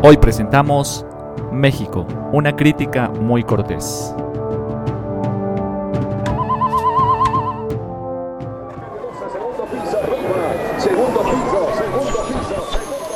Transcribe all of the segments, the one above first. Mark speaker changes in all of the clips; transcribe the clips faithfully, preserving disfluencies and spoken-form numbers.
Speaker 1: Hoy presentamos México, una crítica muy cortés.
Speaker 2: Segundo piso arriba, segundo piso, segundo piso.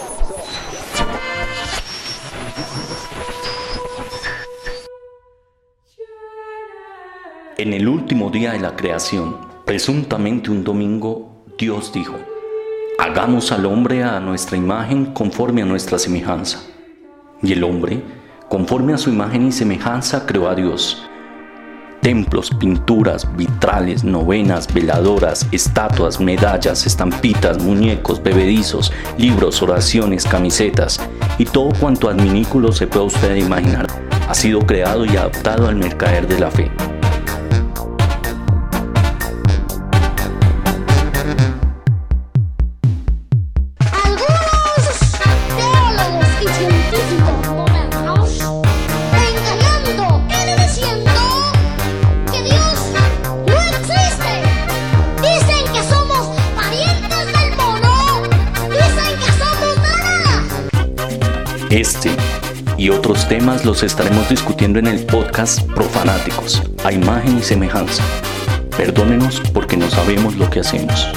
Speaker 3: En el último día de la creación, presuntamente un domingo, Dios dijo: hagamos al hombre a nuestra imagen conforme a nuestra semejanza. Y el hombre, conforme a su imagen y semejanza, creó a Dios. Templos, pinturas, vitrales, novenas, veladoras, estatuas, medallas, estampitas, muñecos, bebedizos, libros, oraciones, camisetas y todo cuanto adminículo se pueda usted imaginar ha sido creado y adaptado al mercader de la fe. Este y otros temas los estaremos discutiendo en el podcast Profanáticos, a imagen y semejanza. Perdónenos porque no sabemos lo que hacemos.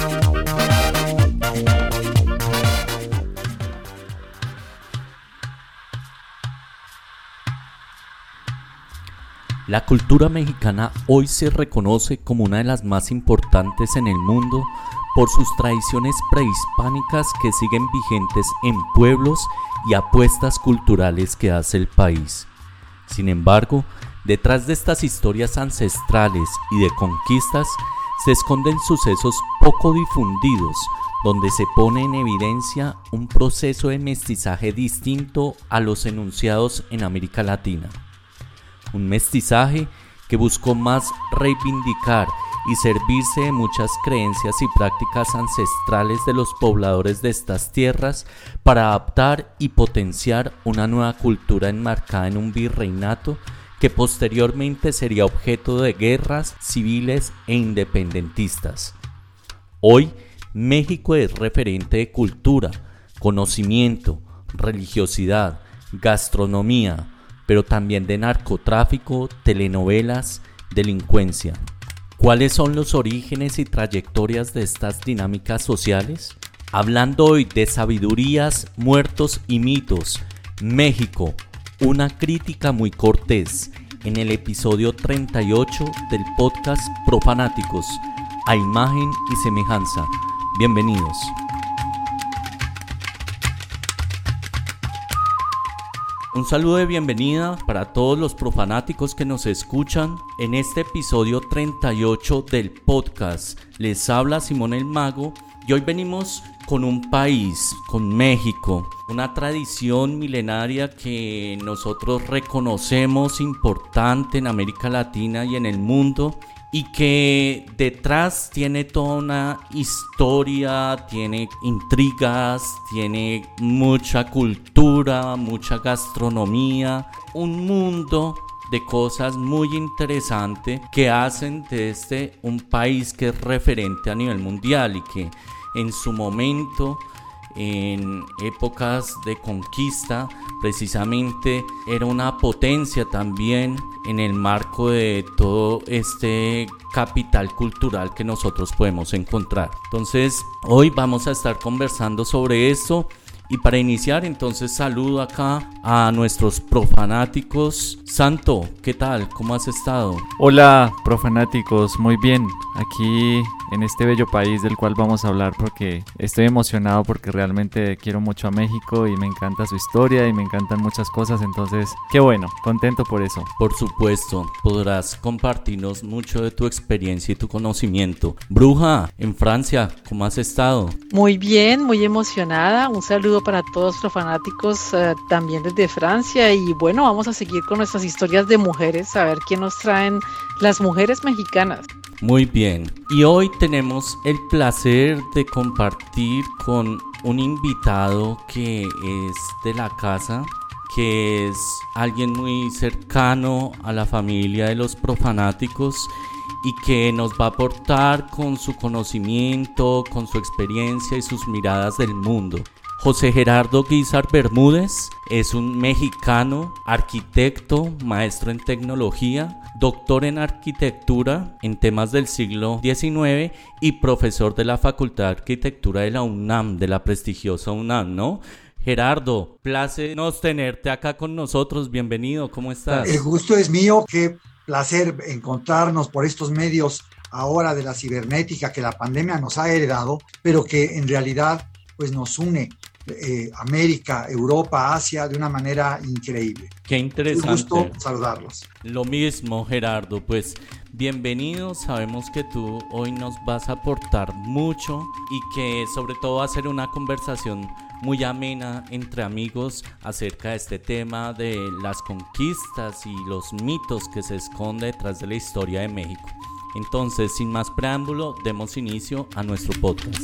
Speaker 3: La cultura mexicana hoy se reconoce como una de las más importantes en el mundo por sus tradiciones prehispánicas que siguen vigentes en pueblos y apuestas culturales que hace el país. Sin embargo, detrás de estas historias ancestrales y de conquistas se esconden sucesos poco difundidos, donde se pone en evidencia un proceso de mestizaje distinto a los enunciados en América Latina. Un mestizaje que buscó más reivindicar y servirse de muchas creencias y prácticas ancestrales de los pobladores de estas tierras para adaptar y potenciar una nueva cultura enmarcada en un virreinato que posteriormente sería objeto de guerras civiles e independentistas. Hoy, México es referente de cultura, conocimiento, religiosidad, gastronomía, pero también de narcotráfico, telenovelas, delincuencia. ¿Cuáles son los orígenes y trayectorias de estas dinámicas sociales? Hablando hoy de sabidurías, muertos y mitos, México, una crítica muy cortés, en el episodio treinta y ocho del podcast Profanáticos, a imagen y semejanza. Bienvenidos. Un saludo de bienvenida para todos los profanáticos que nos escuchan en este episodio treinta y ocho del podcast. Les habla Simón el Mago y hoy venimos con un país, con México, una tradición milenaria que nosotros reconocemos importante en América Latina y en el mundo, y que detrás tiene toda una historia, tiene intrigas, tiene mucha cultura, mucha gastronomía, un mundo de cosas muy interesantes que hacen de este un país que es referente a nivel mundial y que en su momento, en épocas de conquista, precisamente era una potencia también en el marco de todo este capital cultural que nosotros podemos encontrar. Entonces, hoy vamos a estar conversando sobre esto. Y para iniciar, entonces saludo acá a nuestros profanáticos. Santo, ¿qué tal? ¿Cómo has estado?
Speaker 1: Hola, profanáticos, muy bien. Aquí en este bello país del cual vamos a hablar porque estoy emocionado porque realmente quiero mucho a México y me encanta su historia y me encantan muchas cosas. Entonces, qué bueno, contento por eso.
Speaker 3: Por supuesto, podrás compartirnos mucho de tu experiencia y tu conocimiento. Bruja, en Francia, ¿cómo has estado?
Speaker 4: Muy bien, muy emocionada. Un saludo para todos los fanáticos uh, también desde Francia, y bueno, vamos a seguir con nuestras historias de mujeres, a ver qué nos traen las mujeres mexicanas.
Speaker 3: Muy bien, y hoy tenemos el placer de compartir con un invitado que es de la casa, que es alguien muy cercano a la familia de los profanáticos y que nos va a aportar con su conocimiento, con su experiencia y sus miradas del mundo. José Gerardo Guízar Bermúdez es un mexicano, arquitecto, maestro en tecnología, doctor en arquitectura en temas del siglo diecinueve y profesor de la Facultad de Arquitectura de la UNAM, de la prestigiosa UNAM, ¿no? Gerardo, placer tenerte acá con nosotros, bienvenido, ¿cómo estás?
Speaker 5: El gusto es mío, qué placer encontrarnos por estos medios ahora de la cibernética que la pandemia nos ha heredado, pero que en realidad pues nos une eh, América, Europa, Asia de una manera increíble.
Speaker 3: Qué interesante.
Speaker 5: Un gusto saludarlos.
Speaker 3: Lo mismo, Gerardo, pues bienvenido, sabemos que tú hoy nos vas a aportar mucho y que sobre todo va a ser una conversación muy amena entre amigos acerca de este tema de las conquistas y los mitos que se esconden detrás de la historia de México. Entonces, sin más preámbulo, demos inicio a nuestro podcast.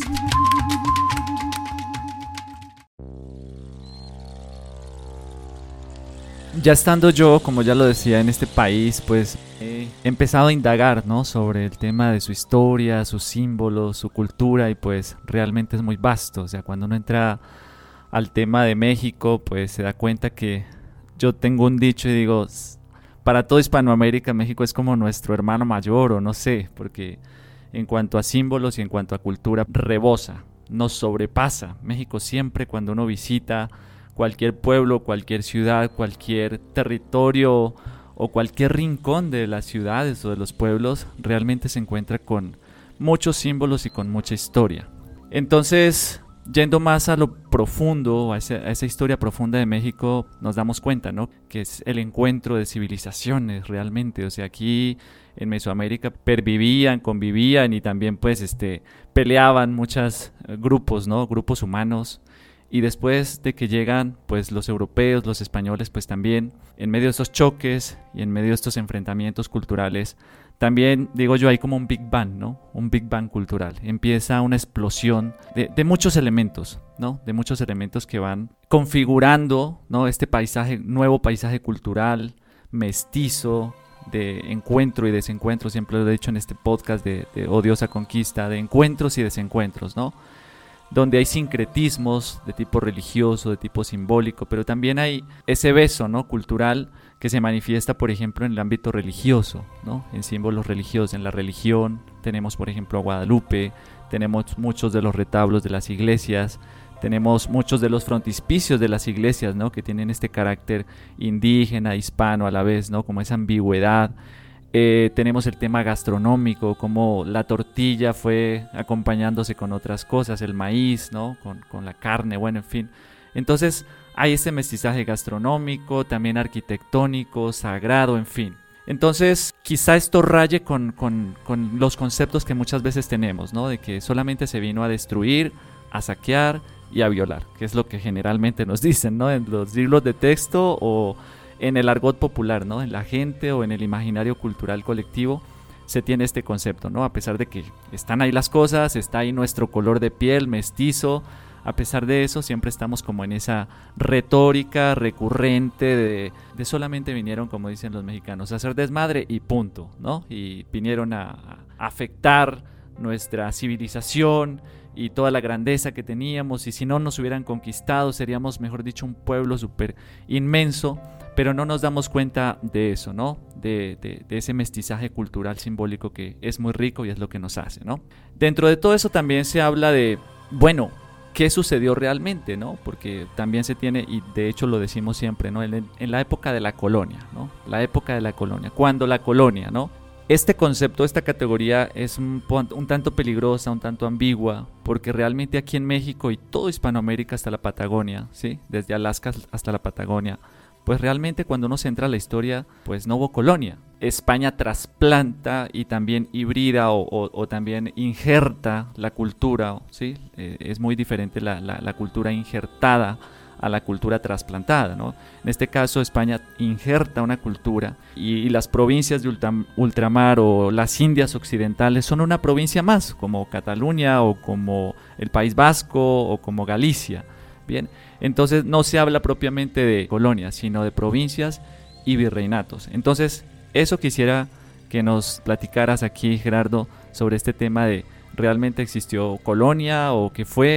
Speaker 1: Ya estando yo, como ya lo decía, en este país, pues he empezado a indagar, ¿no?, sobre el tema de su historia, sus símbolos, su cultura, y pues realmente es muy vasto. O sea, cuando uno entra al tema de México, pues se da cuenta que yo tengo un dicho y digo, para toda Hispanoamérica, México es como nuestro hermano mayor, o no sé, porque en cuanto a símbolos y en cuanto a cultura, rebosa, nos sobrepasa. México siempre, cuando uno visita cualquier pueblo, cualquier ciudad, cualquier territorio o cualquier rincón de las ciudades o de los pueblos, realmente se encuentra con muchos símbolos y con mucha historia. Entonces, yendo más a lo profundo, a esa, a esa historia profunda de México, nos damos cuenta, ¿no?, que es el encuentro de civilizaciones realmente. O sea, aquí en Mesoamérica pervivían, convivían y también pues este, peleaban muchos grupos, ¿no?, grupos humanos. Y después de que llegan pues los europeos, los españoles, pues también en medio de estos choques y en medio de estos enfrentamientos culturales, también digo yo hay como un Big Bang, ¿no? Un Big Bang cultural. Empieza una explosión de, de muchos elementos, ¿no? De muchos elementos que van configurando, ¿no?, este paisaje, nuevo paisaje cultural, mestizo, de encuentro y desencuentro. Siempre lo he dicho en este podcast de, de Odiosa Conquista, de encuentros y desencuentros, ¿no?, donde hay sincretismos de tipo religioso, de tipo simbólico, pero también hay ese beso, ¿no?, cultural que se manifiesta, por ejemplo, en el ámbito religioso, ¿no?, en símbolos religiosos, en la religión. Tenemos, por ejemplo, a Guadalupe, tenemos muchos de los retablos de las iglesias, tenemos muchos de los frontispicios de las iglesias, ¿no?, que tienen este carácter indígena, hispano a la vez, ¿no?, como esa ambigüedad. Eh, tenemos el tema gastronómico, como la tortilla fue acompañándose con otras cosas, el maíz, ¿no?, con, con la carne, bueno, en fin. Entonces hay ese mestizaje gastronómico, también arquitectónico, sagrado, en fin. Entonces quizá esto raye con, con, con los conceptos que muchas veces tenemos, ¿no?, de que solamente se vino a destruir, a saquear y a violar, que es lo que generalmente nos dicen, ¿no?, en los libros de texto o en el argot popular, ¿no?, en la gente o en el imaginario cultural colectivo se tiene este concepto, ¿no?, a pesar de que están ahí las cosas, está ahí nuestro color de piel mestizo, a pesar de eso siempre estamos como en esa retórica recurrente de, de solamente vinieron, como dicen los mexicanos, a hacer desmadre y punto, ¿no?, y vinieron a, a afectar nuestra civilización y toda la grandeza que teníamos, y si no nos hubieran conquistado seríamos, mejor dicho, un pueblo súper inmenso. Pero no nos damos cuenta de eso, ¿no? De, de, de ese mestizaje cultural simbólico que es muy rico y es lo que nos hace, ¿no? Dentro de todo eso también se habla de, bueno, ¿qué sucedió realmente, no? Porque también se tiene, y de hecho lo decimos siempre, ¿no?, en, en la época de la colonia, ¿no? La época de la colonia, cuando la colonia, ¿no? Este concepto, esta categoría es un, un tanto peligrosa, un tanto ambigua, porque realmente aquí en México y todo Hispanoamérica hasta la Patagonia, ¿sí?, desde Alaska hasta la Patagonia, pues realmente cuando uno se entra a la historia, pues no hubo colonia. España trasplanta y también hibrida o, o, o también injerta la cultura, ¿sí? Eh, es muy diferente la, la, la cultura injertada a la cultura trasplantada, ¿no? En este caso España injerta una cultura y, y las provincias de ultra, ultramar o las Indias occidentales son una provincia más, como Cataluña o como el País Vasco o como Galicia. Bien, entonces no se habla propiamente de colonias, sino de provincias y virreinatos. Entonces, eso quisiera que nos platicaras aquí, Gerardo, sobre este tema de ¿realmente existió colonia o qué fue?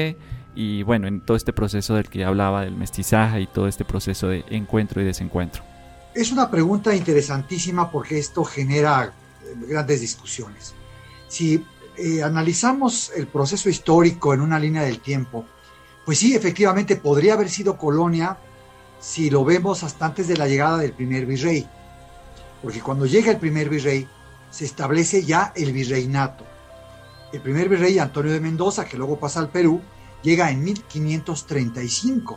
Speaker 1: y bueno, en todo este proceso del que hablaba, del mestizaje y todo este proceso de encuentro y desencuentro?
Speaker 5: Es una pregunta interesantísima porque esto genera grandes discusiones. Si eh, analizamos el proceso histórico en una línea del tiempo, pues sí, efectivamente podría haber sido colonia si lo vemos hasta antes de la llegada del primer virrey, porque cuando llega el primer virrey se establece ya el virreinato. El primer virrey, Antonio de Mendoza, que luego pasa al Perú, llega en mil quinientos treinta y cinco.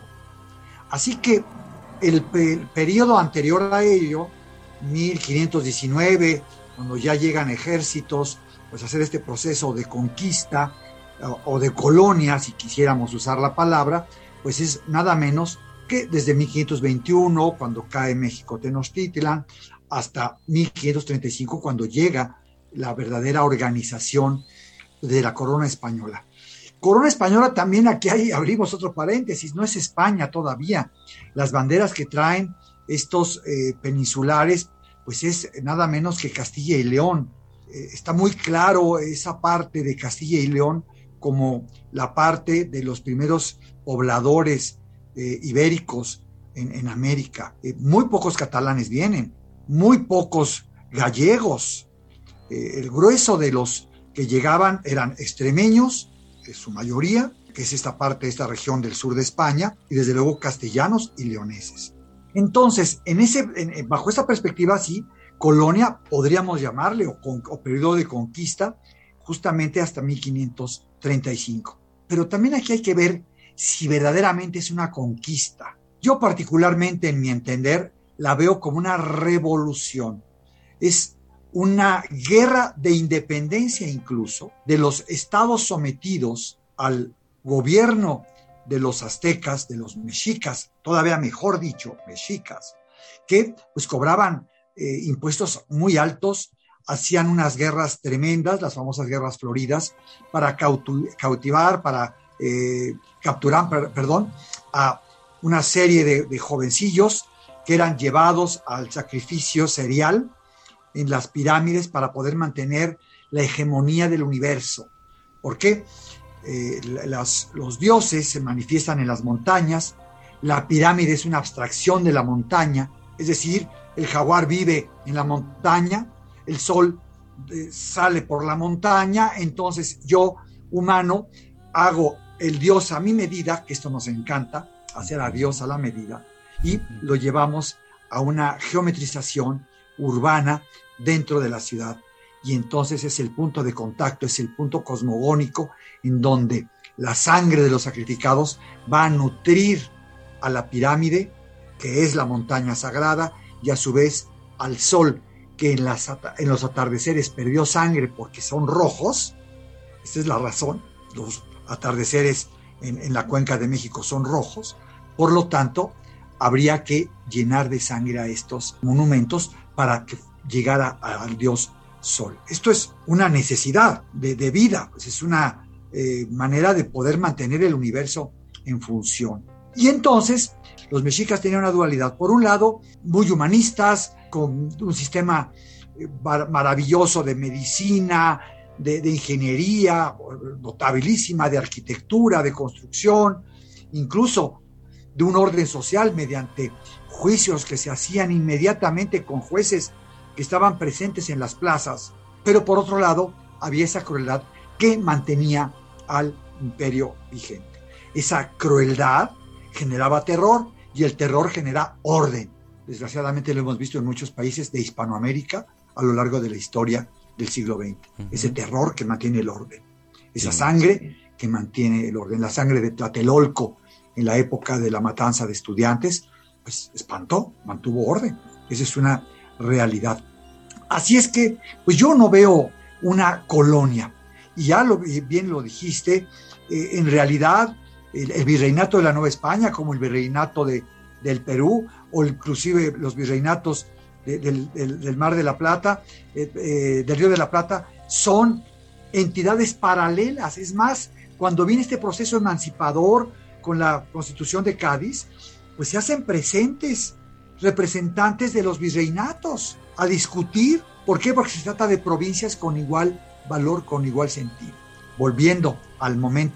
Speaker 5: Así que el, el periodo anterior a ello, mil quinientos diecinueve, cuando ya llegan ejércitos, pues a hacer este proceso de conquista o, o de colonia, si quisiéramos usar la palabra, pues es nada menos que desde mil quinientos veintiuno, cuando cae México Tenochtitlan, hasta mil quinientos treinta y cinco, cuando llega la verdadera organización de la corona española. Corona española también, aquí hay, abrimos otro paréntesis, no es España todavía. Las banderas que traen estos eh, peninsulares, pues es nada menos que Castilla y León. Eh, está muy claro esa parte de Castilla y León como la parte de los primeros pobladores eh, ibéricos en, en América. Eh, muy pocos catalanes vienen, muy pocos gallegos. Eh, el grueso de los que llegaban eran extremeños, en su mayoría, que es esta parte, esta región del sur de España, y desde luego castellanos y leoneses. Entonces, en ese, en, bajo esta perspectiva, sí, colonia podríamos llamarle, o, con, o periodo de conquista, justamente hasta mil quinientos treinta y cinco. Pero también aquí hay que ver si verdaderamente es una conquista. Yo particularmente, en mi entender, la veo como una revolución. Es una guerra de independencia incluso de los estados sometidos al gobierno de los aztecas, de los mexicas, todavía mejor dicho, mexicas, que pues cobraban eh, impuestos muy altos, hacían unas guerras tremendas, las famosas guerras floridas, para cautu- cautivar, para eh, capturar, per- perdón, a una serie de, de jovencillos que eran llevados al sacrificio serial en las pirámides para poder mantener la hegemonía del universo. ¿Por qué? Eh, las, los dioses se manifiestan en las montañas, la pirámide es una abstracción de la montaña, es decir, el jaguar vive en la montaña, el sol eh, sale por la montaña, entonces yo, humano, hago el dios a mi medida, que esto nos encanta, hacer a Dios a la medida, y lo llevamos a una geometrización urbana dentro de la ciudad, y entonces es el punto de contacto, es el punto cosmogónico en donde la sangre de los sacrificados va a nutrir a la pirámide, que es la montaña sagrada, y a su vez al sol, que en, las, en los atardeceres perdió sangre porque son rojos. Esta es la razón, los atardeceres en, en la Cuenca de México son rojos, por lo tanto habría que llenar de sangre a estos monumentos para que llegara al dios Sol. Esto es una necesidad de, de vida, pues es una eh, manera de poder mantener el universo en función. Y entonces los mexicas tenían una dualidad, por un lado muy humanistas, con un sistema eh, mar- maravilloso de medicina, de, de ingeniería, notabilísima, de arquitectura, de construcción, incluso de un orden social mediante juicios que se hacían inmediatamente con jueces que estaban presentes en las plazas, pero por otro lado había esa crueldad que mantenía al imperio vigente. Esa crueldad generaba terror y el terror genera orden. Desgraciadamente lo hemos visto en muchos países de Hispanoamérica a lo largo de la historia del siglo veinte. Uh-huh. Ese terror que mantiene el orden, esa sí. sangre que mantiene el orden, la sangre de Tlatelolco en la época de la matanza de estudiantes, pues espantó, mantuvo orden. Esa es una realidad. Así es que, pues yo no veo una colonia, y ya lo, bien lo dijiste, eh, en realidad el, el virreinato de la Nueva España, como el virreinato de, del Perú, o inclusive los virreinatos de, del, del, del Mar de la Plata, eh, eh, del Río de la Plata, son entidades paralelas. Es más, cuando viene este proceso emancipador con la Constitución de Cádiz, pues se hacen presentes representantes de los virreinatos a discutir. ¿Por qué? Porque se trata de provincias con igual valor, con igual sentido. Volviendo al momento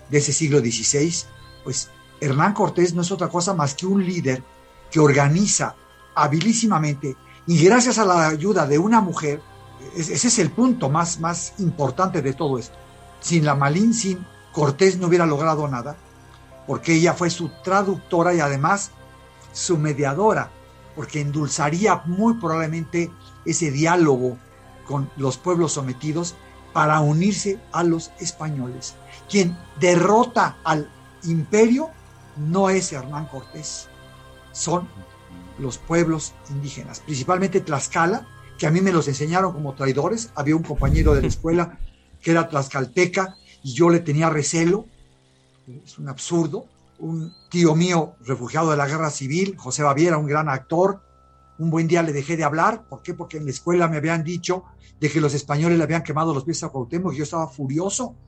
Speaker 5: de ese siglo dieciséis, pues Hernán Cortés no es otra cosa más que un líder que organiza habilísimamente, y gracias a la ayuda de una mujer, ese es el punto más, más importante de todo esto. Sin Lamalín, sin Cortés no hubiera logrado nada, porque ella fue su traductora y además su mediadora, porque endulzaría muy probablemente ese diálogo con los pueblos sometidos para unirse a los españoles. Quien derrota al imperio no es Hernán Cortés, son los pueblos indígenas, principalmente Tlaxcala, que a mí me los enseñaron como traidores. Había un compañero de la escuela que era tlaxcalteca y yo le tenía recelo, es un absurdo. Un tío mío refugiado de la guerra civil, José Baviera, un gran actor, un buen día le dejé de hablar. ¿Por qué? Porque en la escuela me habían dicho de que los españoles le habían quemado los pies a Cuauhtémoc y yo estaba furioso.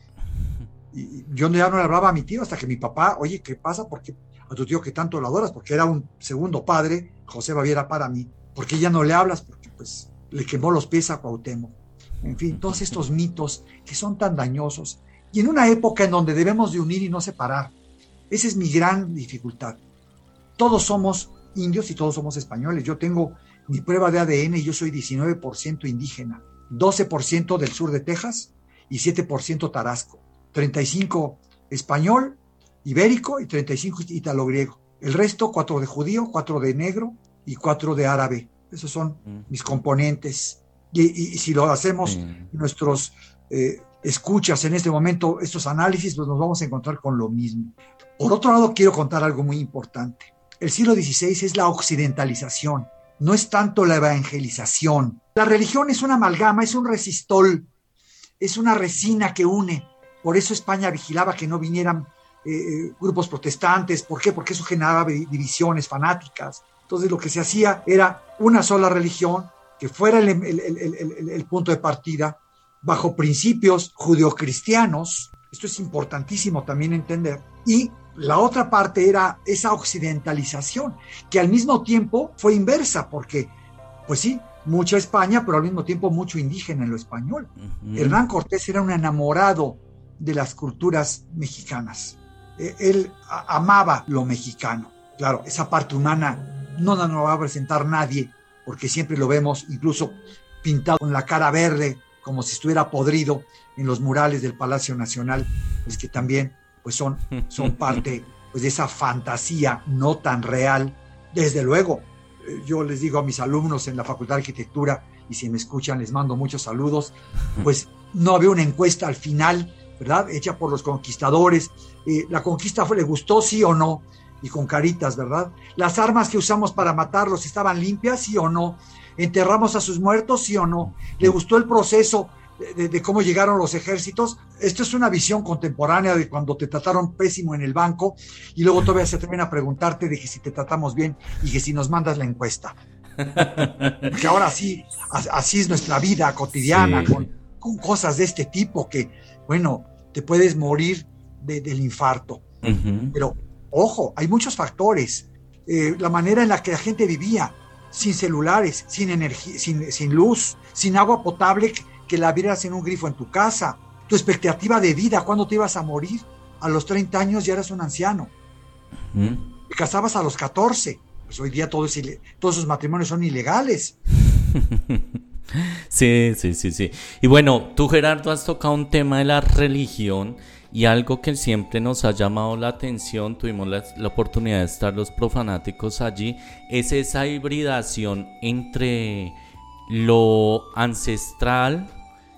Speaker 5: Y yo ya no le hablaba a mi tío hasta que mi papá, oye, ¿qué pasa? ¿Por qué a tu tío que tanto lo adoras? Porque era un segundo padre, José Baviera para mí. ¿Por qué ya no le hablas? Porque pues le quemó los pies a Cuauhtémoc. En fin, todos estos mitos que son tan dañosos y en una época en donde debemos de unir y no separar. Esa es mi gran dificultad. Todos somos indios y todos somos españoles. Yo tengo mi prueba de A D N y yo soy diecinueve por ciento indígena, doce por ciento del sur de Texas y siete por ciento tarasco, treinta y cinco por ciento español, ibérico y treinta y cinco por ciento italo-griego. El resto, cuatro de judío, cuatro de negro y cuatro de árabe. Esos son mm. mis componentes. Y, y, y si lo hacemos, mm. nuestros eh, escuchas en este momento, estos análisis, pues nos vamos a encontrar con lo mismo. Por otro lado, quiero contar algo muy importante. El siglo dieciséis es la occidentalización, no es tanto la evangelización. La religión es una amalgama, es un resistol, es una resina que une. Por eso España vigilaba que no vinieran eh, grupos protestantes. ¿Por qué? Porque eso generaba divisiones fanáticas. Entonces lo que se hacía era una sola religión, que fuera el, el, el, el, el punto de partida, bajo principios judeocristianos. Esto es importantísimo también entender. Y la otra parte era esa occidentalización, que al mismo tiempo fue inversa, porque, pues sí, mucha España, pero al mismo tiempo mucho indígena en lo español. Uh-huh. Hernán Cortés era un enamorado de las culturas mexicanas. Él amaba lo mexicano. Claro, esa parte humana no nos va a presentar nadie, porque siempre lo vemos incluso pintado con la cara verde, como si estuviera podrido en los murales del Palacio Nacional, pues que también pues son, son parte pues, de esa fantasía no tan real. Desde luego, yo les digo a mis alumnos en la Facultad de Arquitectura, y si me escuchan les mando muchos saludos, pues no había una encuesta al final, ¿verdad?, hecha por los conquistadores. Eh, la conquista fue, ¿le gustó, sí o no? Y con caritas, ¿verdad? Las armas que usamos para matarlos estaban limpias, sí o no. ¿Enterramos a sus muertos, sí o no? ¿Le gustó el proceso de, de, de cómo llegaron los ejércitos? Esto es una visión contemporánea de cuando te trataron pésimo en el banco y luego todavía se atreven a preguntarte de que si te tratamos bien y que si nos mandas la encuesta. Porque ahora sí, así es nuestra vida cotidiana, sí. con, con cosas de este tipo que, bueno, te puedes morir de, del infarto. Uh-huh. Pero, ojo, hay muchos factores. Eh, la manera en la que la gente vivía, sin celulares, sin energía, sin, sin luz, sin agua potable que, que la vieras en un grifo en tu casa. Tu expectativa de vida, ¿cuándo te ibas a morir? A los treinta años ya eras un anciano. Uh-huh. Te casabas a los catorce. Pues hoy día todo es ile- todos esos matrimonios son ilegales.
Speaker 3: Sí, sí, sí, sí. Y bueno, tú, Gerardo, has tocado un tema de la religión y algo que siempre nos ha llamado la atención, tuvimos la, la oportunidad de estar los profanáticos allí, es esa hibridación entre lo ancestral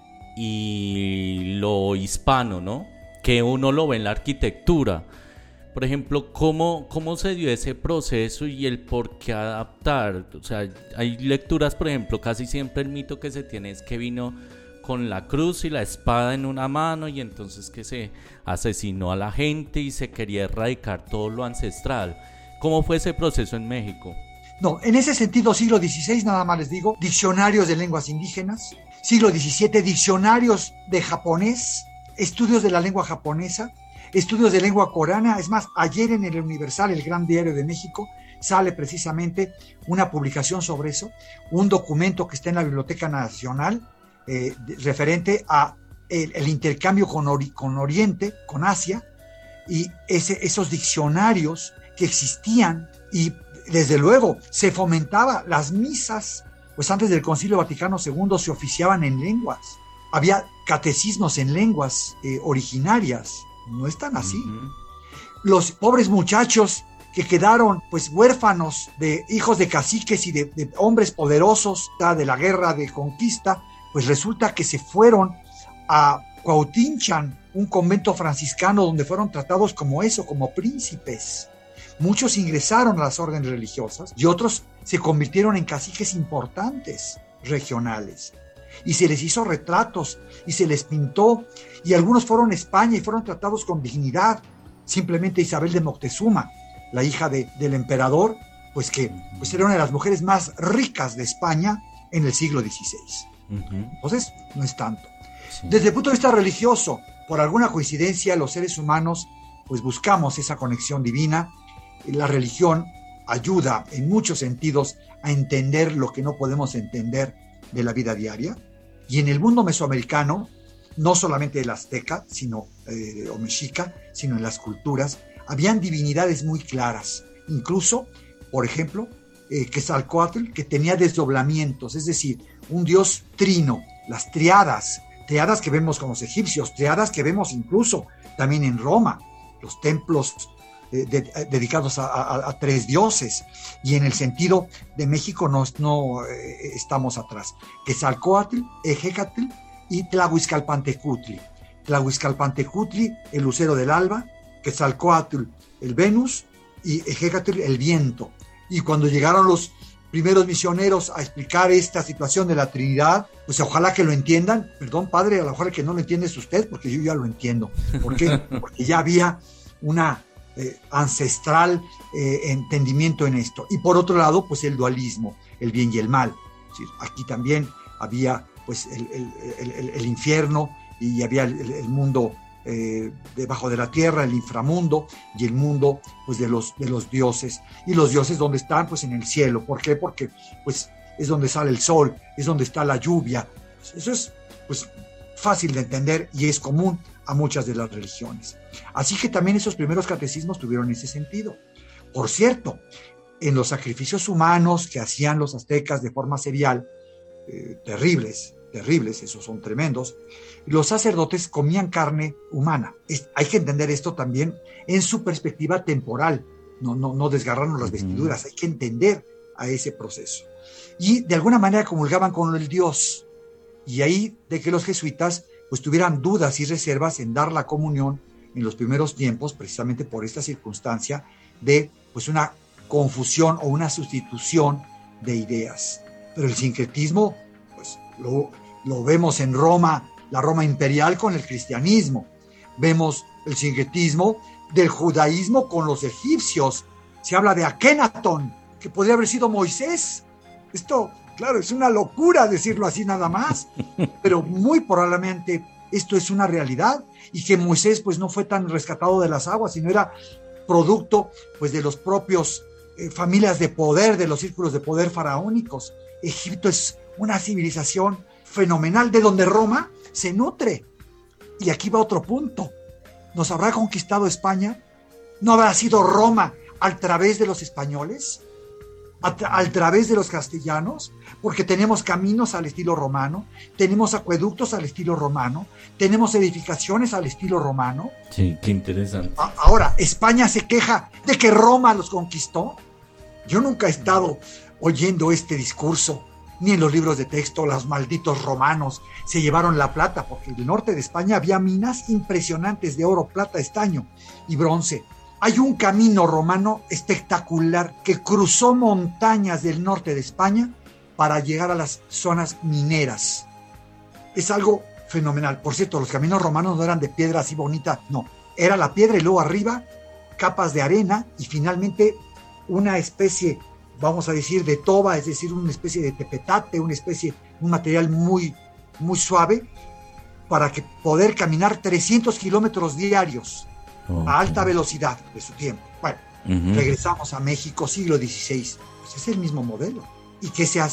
Speaker 3: y lo hispano, ¿no? Que uno lo ve en la arquitectura. Por ejemplo, ¿cómo, cómo se dio ese proceso y el por qué adaptar? O sea, hay lecturas, por ejemplo, casi siempre el mito que se tiene es que vino con la cruz y la espada en una mano y entonces que se asesinó a la gente y se quería erradicar todo lo ancestral. ¿Cómo fue ese proceso en México?
Speaker 5: No, en ese sentido, siglo dieciséis, nada más les digo, diccionarios de lenguas indígenas, siglo diecisiete, diccionarios de japonés, estudios de la lengua japonesa, estudios de lengua coreana. Es más, ayer en el Universal, el Gran Diario de México, sale precisamente una publicación sobre eso, un documento que está en la Biblioteca Nacional, eh, de, referente a el, el intercambio con, ori, con Oriente, con Asia, y ese, esos diccionarios que existían, y desde luego se fomentaba las misas, pues antes del Concilio Vaticano segundo se oficiaban en lenguas, había catecismos en lenguas eh, originarias, no están así. Uh-huh. Los pobres muchachos que quedaron pues huérfanos de hijos de caciques y de, de hombres poderosos de la guerra de conquista, pues resulta que se fueron a Cuautinchan, un convento franciscano donde fueron tratados como eso, como príncipes. Muchos ingresaron a las órdenes religiosas y otros se convirtieron en caciques importantes regionales. Y se les hizo retratos y se les pintó, y algunos fueron a España y fueron tratados con dignidad. Simplemente Isabel de Moctezuma, la hija de, del emperador, pues que pues era una de las mujeres más ricas de España en el siglo dieciséis. Uh-huh. Entonces, no es tanto. Sí. Desde el punto de vista religioso, por alguna coincidencia, los seres humanos pues buscamos esa conexión divina. La religión ayuda en muchos sentidos a entender lo que no podemos entender de la vida diaria. Y en el mundo mesoamericano, no solamente el azteca, sino, eh, o mexica, sino en las culturas, habían divinidades muy claras. Incluso, por ejemplo, eh, Quetzalcóatl, que tenía desdoblamientos, es decir, un dios trino, las triadas, triadas que vemos con los egipcios, triadas que vemos incluso también en Roma, los templos eh, de, eh, dedicados a, a, a tres dioses, y en el sentido de México no, no eh, estamos atrás. Quetzalcóatl, Ejecatl y Tlahuizcalpantecutli. Tlahuizcalpantecutli, el lucero del alba, Quetzalcóatl, el Venus, y Ejecatl, el viento. Y cuando llegaron los primeros misioneros a explicar esta situación de la Trinidad, pues ojalá que lo entiendan. Perdón, padre, a lo mejor que no lo entiende es usted, porque yo ya lo entiendo. ¿Por qué? Porque ya había una eh, ancestral eh, entendimiento en esto. Y por otro lado, pues el dualismo, el bien y el mal. Es decir, aquí también había pues el, el, el, el, el infierno, y había el, el mundo eh, debajo de la tierra, el inframundo, y el mundo pues de los, de los dioses. Y los dioses, ¿dónde están? Pues en el cielo. ¿Por qué? Porque pues es donde sale el sol, es donde está la lluvia. Eso es pues fácil de entender y es común a muchas de las religiones. Así que también esos primeros catecismos tuvieron ese sentido. Por cierto, en los sacrificios humanos que hacían los aztecas de forma serial, eh, terribles, terribles, esos son tremendos, los sacerdotes comían carne humana. Es, hay que entender esto también en su perspectiva temporal, no, no, no desgarrarnos las vestiduras, hay que entender a ese proceso. Y de alguna manera comulgaban con el Dios, y ahí de que los jesuitas pues tuvieran dudas y reservas en dar la comunión en los primeros tiempos, precisamente por esta circunstancia de pues una confusión o una sustitución de ideas. Pero el sincretismo pues lo, lo vemos en Roma, la Roma imperial con el cristianismo. Vemos el sincretismo del judaísmo con los egipcios. Se habla de Akenatón, que podría haber sido Moisés. Esto, claro, es una locura decirlo así nada más, pero muy probablemente esto es una realidad, y que Moisés pues no fue tan rescatado de las aguas, sino era producto pues de los propios eh, familias de poder, de los círculos de poder faraónicos. Egipto es una civilización fenomenal de donde Roma se nutre. Y aquí va otro punto. ¿Nos habrá conquistado España? ¿No habrá sido Roma a través de los españoles? ¿A, tra- a través de los castellanos? Porque tenemos caminos al estilo romano, tenemos acueductos al estilo romano, tenemos edificaciones al estilo romano.
Speaker 3: Sí, qué interesante.
Speaker 5: A- ahora, ¿España se queja de que Roma los conquistó? Yo nunca he estado oyendo este discurso, ni en los libros de texto. Los malditos romanos se llevaron la plata, porque en el norte de España había minas impresionantes de oro, plata, estaño y bronce. Hay un camino romano espectacular que cruzó montañas del norte de España para llegar a las zonas mineras. Es algo fenomenal. Por cierto, los caminos romanos no eran de piedra así bonita, no. Era la piedra y luego arriba capas de arena y finalmente una especie, vamos a decir, de toba, es decir, una especie de tepetate, una especie, un material muy, muy suave, para que poder caminar trescientos kilómetros diarios okay. a alta velocidad de su tiempo. Bueno, uh-huh. regresamos a México, siglo dieciséis, pues es el mismo modelo. ¿Y qué se hace?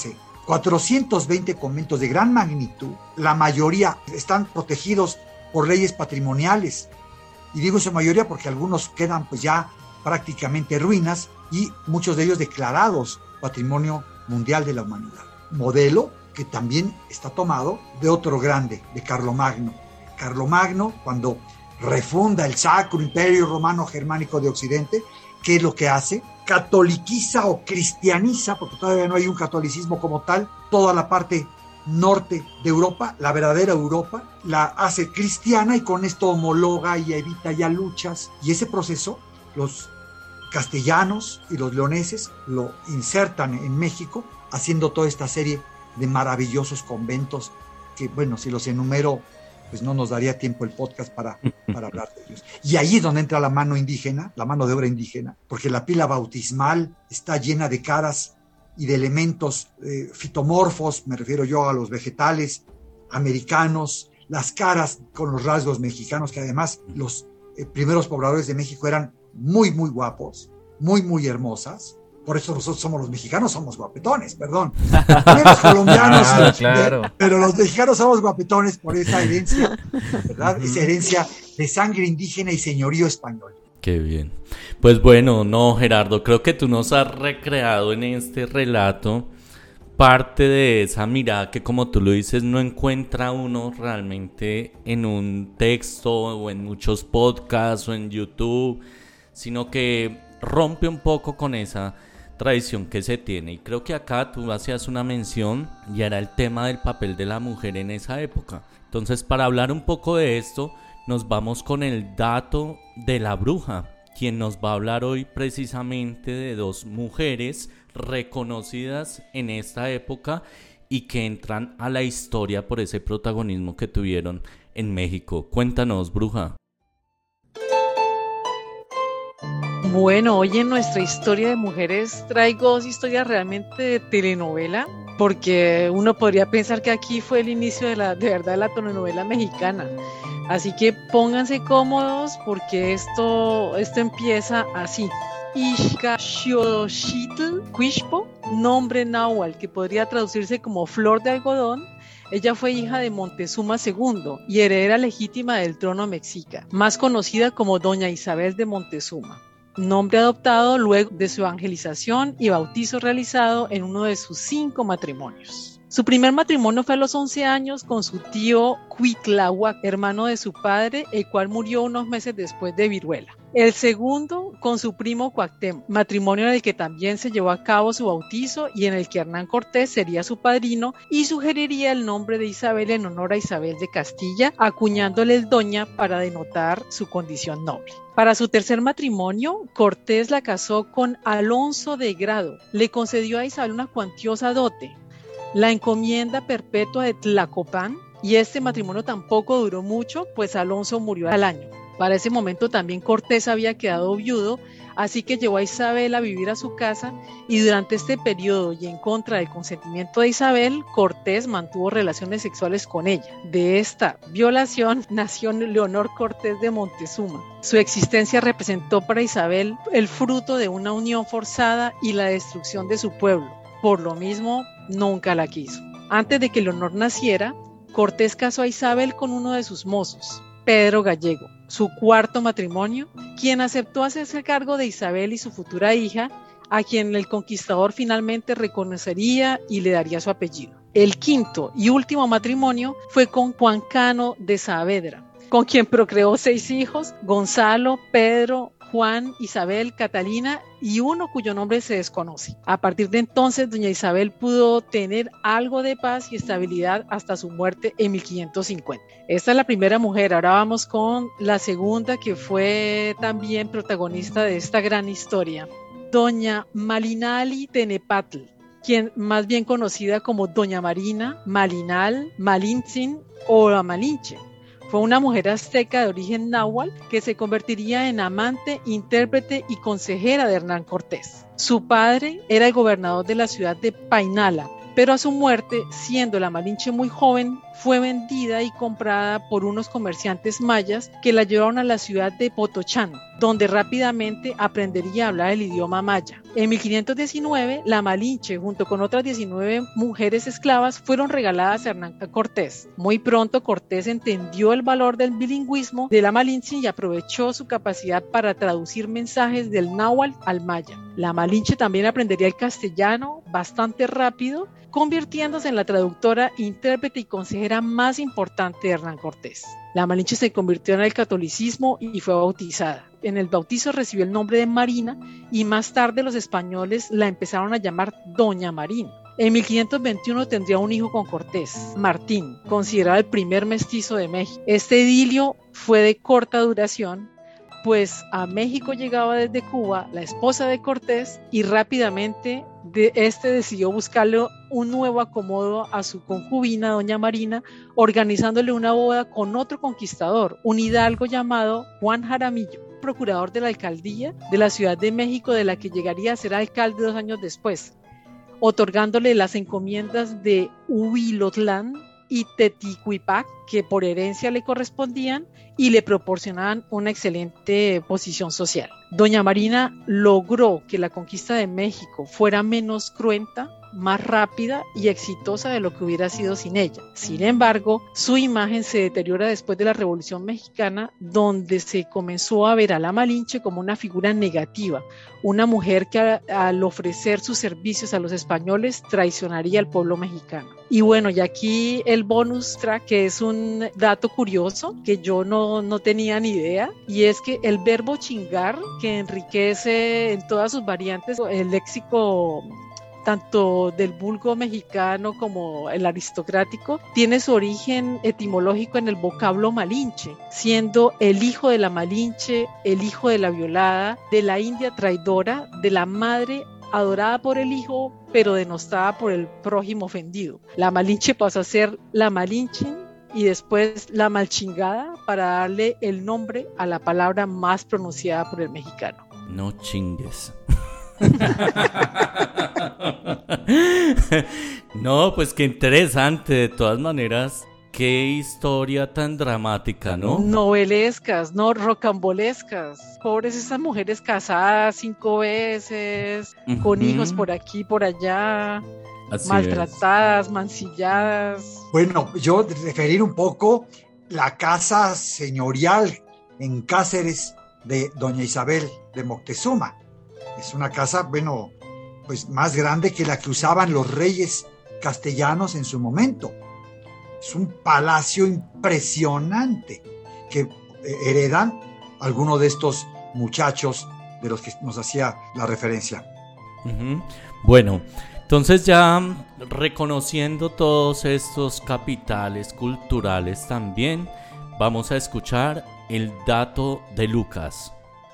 Speaker 5: cuatrocientos veinte conventos de gran magnitud, la mayoría están protegidos por leyes patrimoniales. Y digo su mayoría porque algunos quedan pues ya prácticamente ruinas y muchos de ellos declarados Patrimonio Mundial de la Humanidad. Modelo que también está tomado de otro grande, de Carlomagno. Carlomagno, cuando refunda el Sacro Imperio Romano Germánico de Occidente, ¿qué es lo que hace? Catoliciza o cristianiza, porque todavía no hay un catolicismo como tal, toda la parte norte de Europa, la verdadera Europa, la hace cristiana y con esto homologa y evita ya luchas. Y ese proceso, los castellanos y los leoneses lo insertan en México, haciendo toda esta serie de maravillosos conventos que, bueno, si los enumero, pues no nos daría tiempo el podcast para, para hablar de ellos. Y ahí es donde entra la mano indígena, la mano de obra indígena, porque la pila bautismal está llena de caras y de elementos eh, fitomorfos, me refiero yo a los vegetales americanos, las caras con los rasgos mexicanos, que además los eh, primeros pobladores de México eran muy, muy guapos, muy, muy hermosas. Por eso nosotros somos los mexicanos, somos guapetones, perdón. Los colombianos,
Speaker 1: ah, claro.
Speaker 5: de, pero los mexicanos somos guapetones por esa herencia, ¿verdad? Esa herencia de sangre indígena y señorío español.
Speaker 3: Qué bien. Pues bueno, no, Gerardo, creo que tú nos has recreado en este relato parte de esa mirada que, como tú lo dices, no encuentra uno realmente en un texto o en muchos podcasts o en YouTube, sino que rompe un poco con esa tradición que se tiene. Y creo que acá tú hacías una mención y era el tema del papel de la mujer en esa época. Entonces, para hablar un poco de esto, nos vamos con el dato de la bruja, quien nos va a hablar hoy precisamente de dos mujeres reconocidas en esta época y que entran a la historia por ese protagonismo que tuvieron en México. Cuéntanos, bruja.
Speaker 4: Bueno, hoy en nuestra historia de mujeres traigo dos historias realmente de telenovela, porque uno podría pensar que aquí fue el inicio de la de verdad la telenovela mexicana. Así que pónganse cómodos porque esto, esto empieza así. Ixcaxioxitl Quixpo, nombre náhuatl que podría traducirse como flor de algodón. Ella fue hija de Montezuma segundo y heredera legítima del trono mexica, más conocida como Doña Isabel de Montezuma. Nombre adoptado luego de su evangelización y bautizo realizado en uno de sus cinco matrimonios. Su primer matrimonio fue a los once años con su tío Cuitláhuac, hermano de su padre, el cual murió unos meses después de viruela. El segundo con su primo Cuauhtémoc, matrimonio en el que también se llevó a cabo su bautizo y en el que Hernán Cortés sería su padrino y sugeriría el nombre de Isabel en honor a Isabel de Castilla, acuñándole el doña para denotar su condición noble. Para su tercer matrimonio, Cortés la casó con Alonso de Grado. Le concedió a Isabel una cuantiosa dote, la encomienda perpetua de Tlacopan, y este matrimonio tampoco duró mucho, pues Alonso murió al año. Para ese momento también Cortés había quedado viudo, así que llevó a Isabel a vivir a su casa y durante este periodo y en contra del consentimiento de Isabel, Cortés mantuvo relaciones sexuales con ella. De esta violación nació Leonor Cortés de Montezuma. Su existencia representó para Isabel el fruto de una unión forzada y la destrucción de su pueblo. Por lo mismo, nunca la quiso. Antes de que Leonor naciera, Cortés casó a Isabel con uno de sus mozos, Pedro Gallego, su cuarto matrimonio, quien aceptó hacerse cargo de Isabel y su futura hija, a quien el conquistador finalmente reconocería y le daría su apellido. El quinto y último matrimonio fue con Juan Cano de Saavedra, con quien procreó seis hijos: Gonzalo, Pedro, Juan, Isabel, Catalina y uno cuyo nombre se desconoce. A partir de entonces, doña Isabel pudo tener algo de paz y estabilidad hasta su muerte en mil quinientos cincuenta. Esta es la primera mujer. Ahora vamos con la segunda, que fue también protagonista de esta gran historia, doña Malinali Tenepatl, quien más bien conocida como doña Marina, Malinal, Malintzin o la Malinche. Fue una mujer azteca de origen náhuatl que se convertiría en amante, intérprete y consejera de Hernán Cortés. Su padre era el gobernador de la ciudad de Painala, pero a su muerte, siendo la Malinche muy joven, fue vendida y comprada por unos comerciantes mayas que la llevaron a la ciudad de Potochán, donde rápidamente aprendería a hablar el idioma maya. En mil quinientos diecinueve, la Malinche, junto con otras diecinueve mujeres esclavas, fueron regaladas a Hernán Cortés. Muy pronto Cortés entendió el valor del bilingüismo de la Malinche y aprovechó su capacidad para traducir mensajes del náhuatl al maya. La Malinche también aprendería el castellano bastante rápido, convirtiéndose en la traductora, intérprete y consejera más importante de Hernán Cortés. La Malinche se convirtió en el catolicismo y fue bautizada. En el bautizo recibió el nombre de Marina y más tarde los españoles la empezaron a llamar Doña Marina. En mil quinientos veintiuno tendría un hijo con Cortés, Martín, considerado el primer mestizo de México. Este idilio fue de corta duración, pues a México llegaba desde Cuba la esposa de Cortés y rápidamente de este decidió buscarle un nuevo acomodo a su concubina, doña Marina, organizándole una boda con otro conquistador, un hidalgo llamado Juan Jaramillo, procurador de la alcaldía de la Ciudad de México, de la que llegaría a ser alcalde dos años después, otorgándole las encomiendas de Huilotlán y Teticuipac, que por herencia le correspondían y le proporcionaban una excelente posición social. Doña Marina logró que la conquista de México fuera menos cruenta, más rápida y exitosa de lo que hubiera sido sin ella. Sin embargo, su imagen se deteriora después de la Revolución Mexicana, donde se comenzó a ver a la Malinche como una figura negativa, una mujer que a, al ofrecer sus servicios a los españoles traicionaría al pueblo mexicano. Y bueno, y aquí el bonus track, que es un dato curioso que yo no, no tenía ni idea, y es que el verbo chingar, que enriquece en todas sus variantes el léxico tanto del vulgo mexicano como el aristocrático, tiene su origen etimológico en el vocablo Malinche, siendo el hijo de la Malinche, el hijo de la violada, de la india traidora, de la madre adorada por el hijo, pero denostada por el prójimo ofendido. La Malinche pasó a ser la Malinche y después la malchingada para darle el nombre a la palabra más pronunciada por el mexicano.
Speaker 3: No chingues. No, pues qué interesante. De todas maneras, qué historia tan dramática, ¿no?
Speaker 4: Novelescas, no rocambolescas. Pobres esas mujeres casadas cinco veces, uh-huh, con hijos por aquí, por allá, así maltratadas, es. Mancilladas.
Speaker 5: Bueno, yo referir un poco la casa señorial en Cáceres de doña Isabel de Moctezuma. Es una casa, bueno, pues más grande que la que usaban los reyes castellanos en su momento. Es un palacio impresionante que heredan algunos de estos muchachos de los que nos hacía la referencia.
Speaker 3: Uh-huh. Bueno, entonces ya reconociendo todos estos capitales culturales también, vamos a escuchar el dato de Lucas.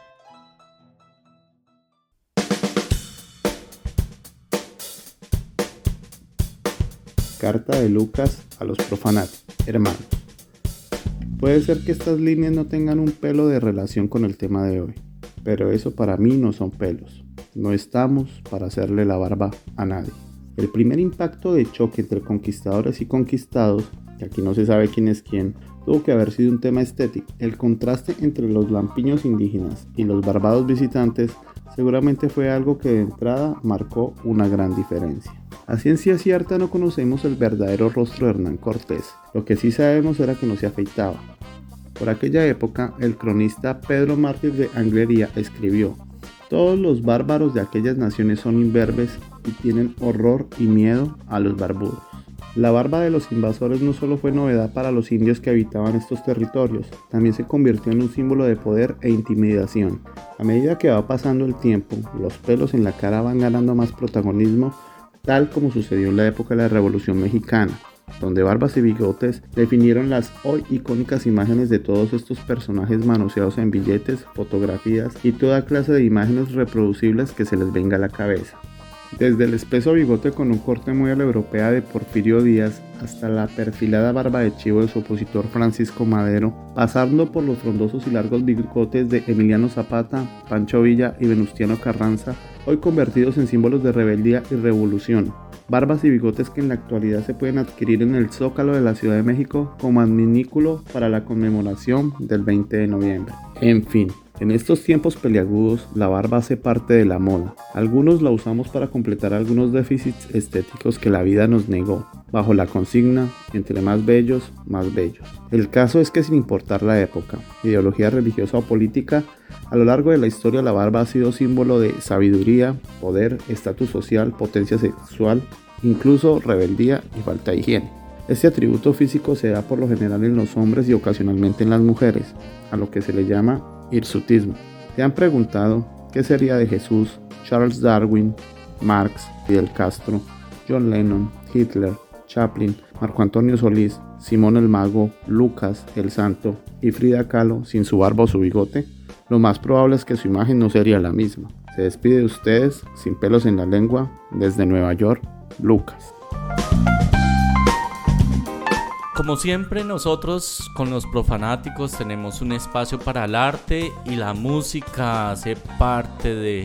Speaker 6: Carta de Lucas a los profanáticos. Hermanos, puede ser que estas líneas no tengan un pelo de relación con el tema de hoy, pero eso para mí no son pelos. No estamos para hacerle la barba a nadie. El primer impacto de choque entre conquistadores y conquistados, que aquí no se sabe quién es quién, tuvo que haber sido un tema estético. El contraste entre los lampiños indígenas y los barbados visitantes seguramente fue algo que de entrada marcó una gran diferencia. A ciencia cierta no conocemos el verdadero rostro de Hernán Cortés. Lo que sí sabemos era que no se afeitaba. Por aquella época, el cronista Pedro Mártir de Anglería escribió: todos los bárbaros de aquellas naciones son imberbes y tienen horror y miedo a los barbudos. La barba de los invasores no solo fue novedad para los indios que habitaban estos territorios, también se convirtió en un símbolo de poder e intimidación. A medida que va pasando el tiempo, los pelos en la cara van ganando más protagonismo, tal como sucedió en la época de la Revolución Mexicana, donde barbas y bigotes definieron las hoy icónicas imágenes de todos estos personajes manoseados en billetes, fotografías y toda clase de imágenes reproducibles que se les venga a la cabeza. Desde el espeso bigote con un corte muy a la europea de Porfirio Díaz hasta la perfilada barba de chivo de su opositor Francisco Madero, pasando por los frondosos y largos bigotes de Emiliano Zapata, Pancho Villa y Venustiano Carranza, hoy convertidos en símbolos de rebeldía y revolución. barbas y bigotes que en la actualidad se pueden adquirir en el Zócalo de la Ciudad de México como adminículo para la conmemoración del veinte de noviembre. En fin, en estos tiempos peliagudos, la barba hace parte de la moda. Algunos la usamos para completar algunos déficits estéticos que la vida nos negó, bajo la consigna, entre más bellos, más bellos. El caso es que sin importar la época, ideología religiosa o política, a lo largo de la historia la barba ha sido símbolo de sabiduría, poder, estatus social, potencia sexual, incluso rebeldía y falta de higiene. Este atributo físico se da por lo general en los hombres y ocasionalmente en las mujeres, a lo que se le llama hirsutismo. ¿Te han preguntado qué sería de Jesús, Charles Darwin, Marx, Fidel Castro, John Lennon, Hitler, Chaplin, Marco Antonio Solís, Simón el Mago, Lucas el Santo y Frida Kahlo sin su barba o su bigote? Lo más probable es que su imagen no sería la misma. Se despide de ustedes, sin pelos en la lengua, desde Nueva York, Lucas.
Speaker 3: Como siempre, nosotros con los profanáticos tenemos un espacio para el arte y la música hace parte de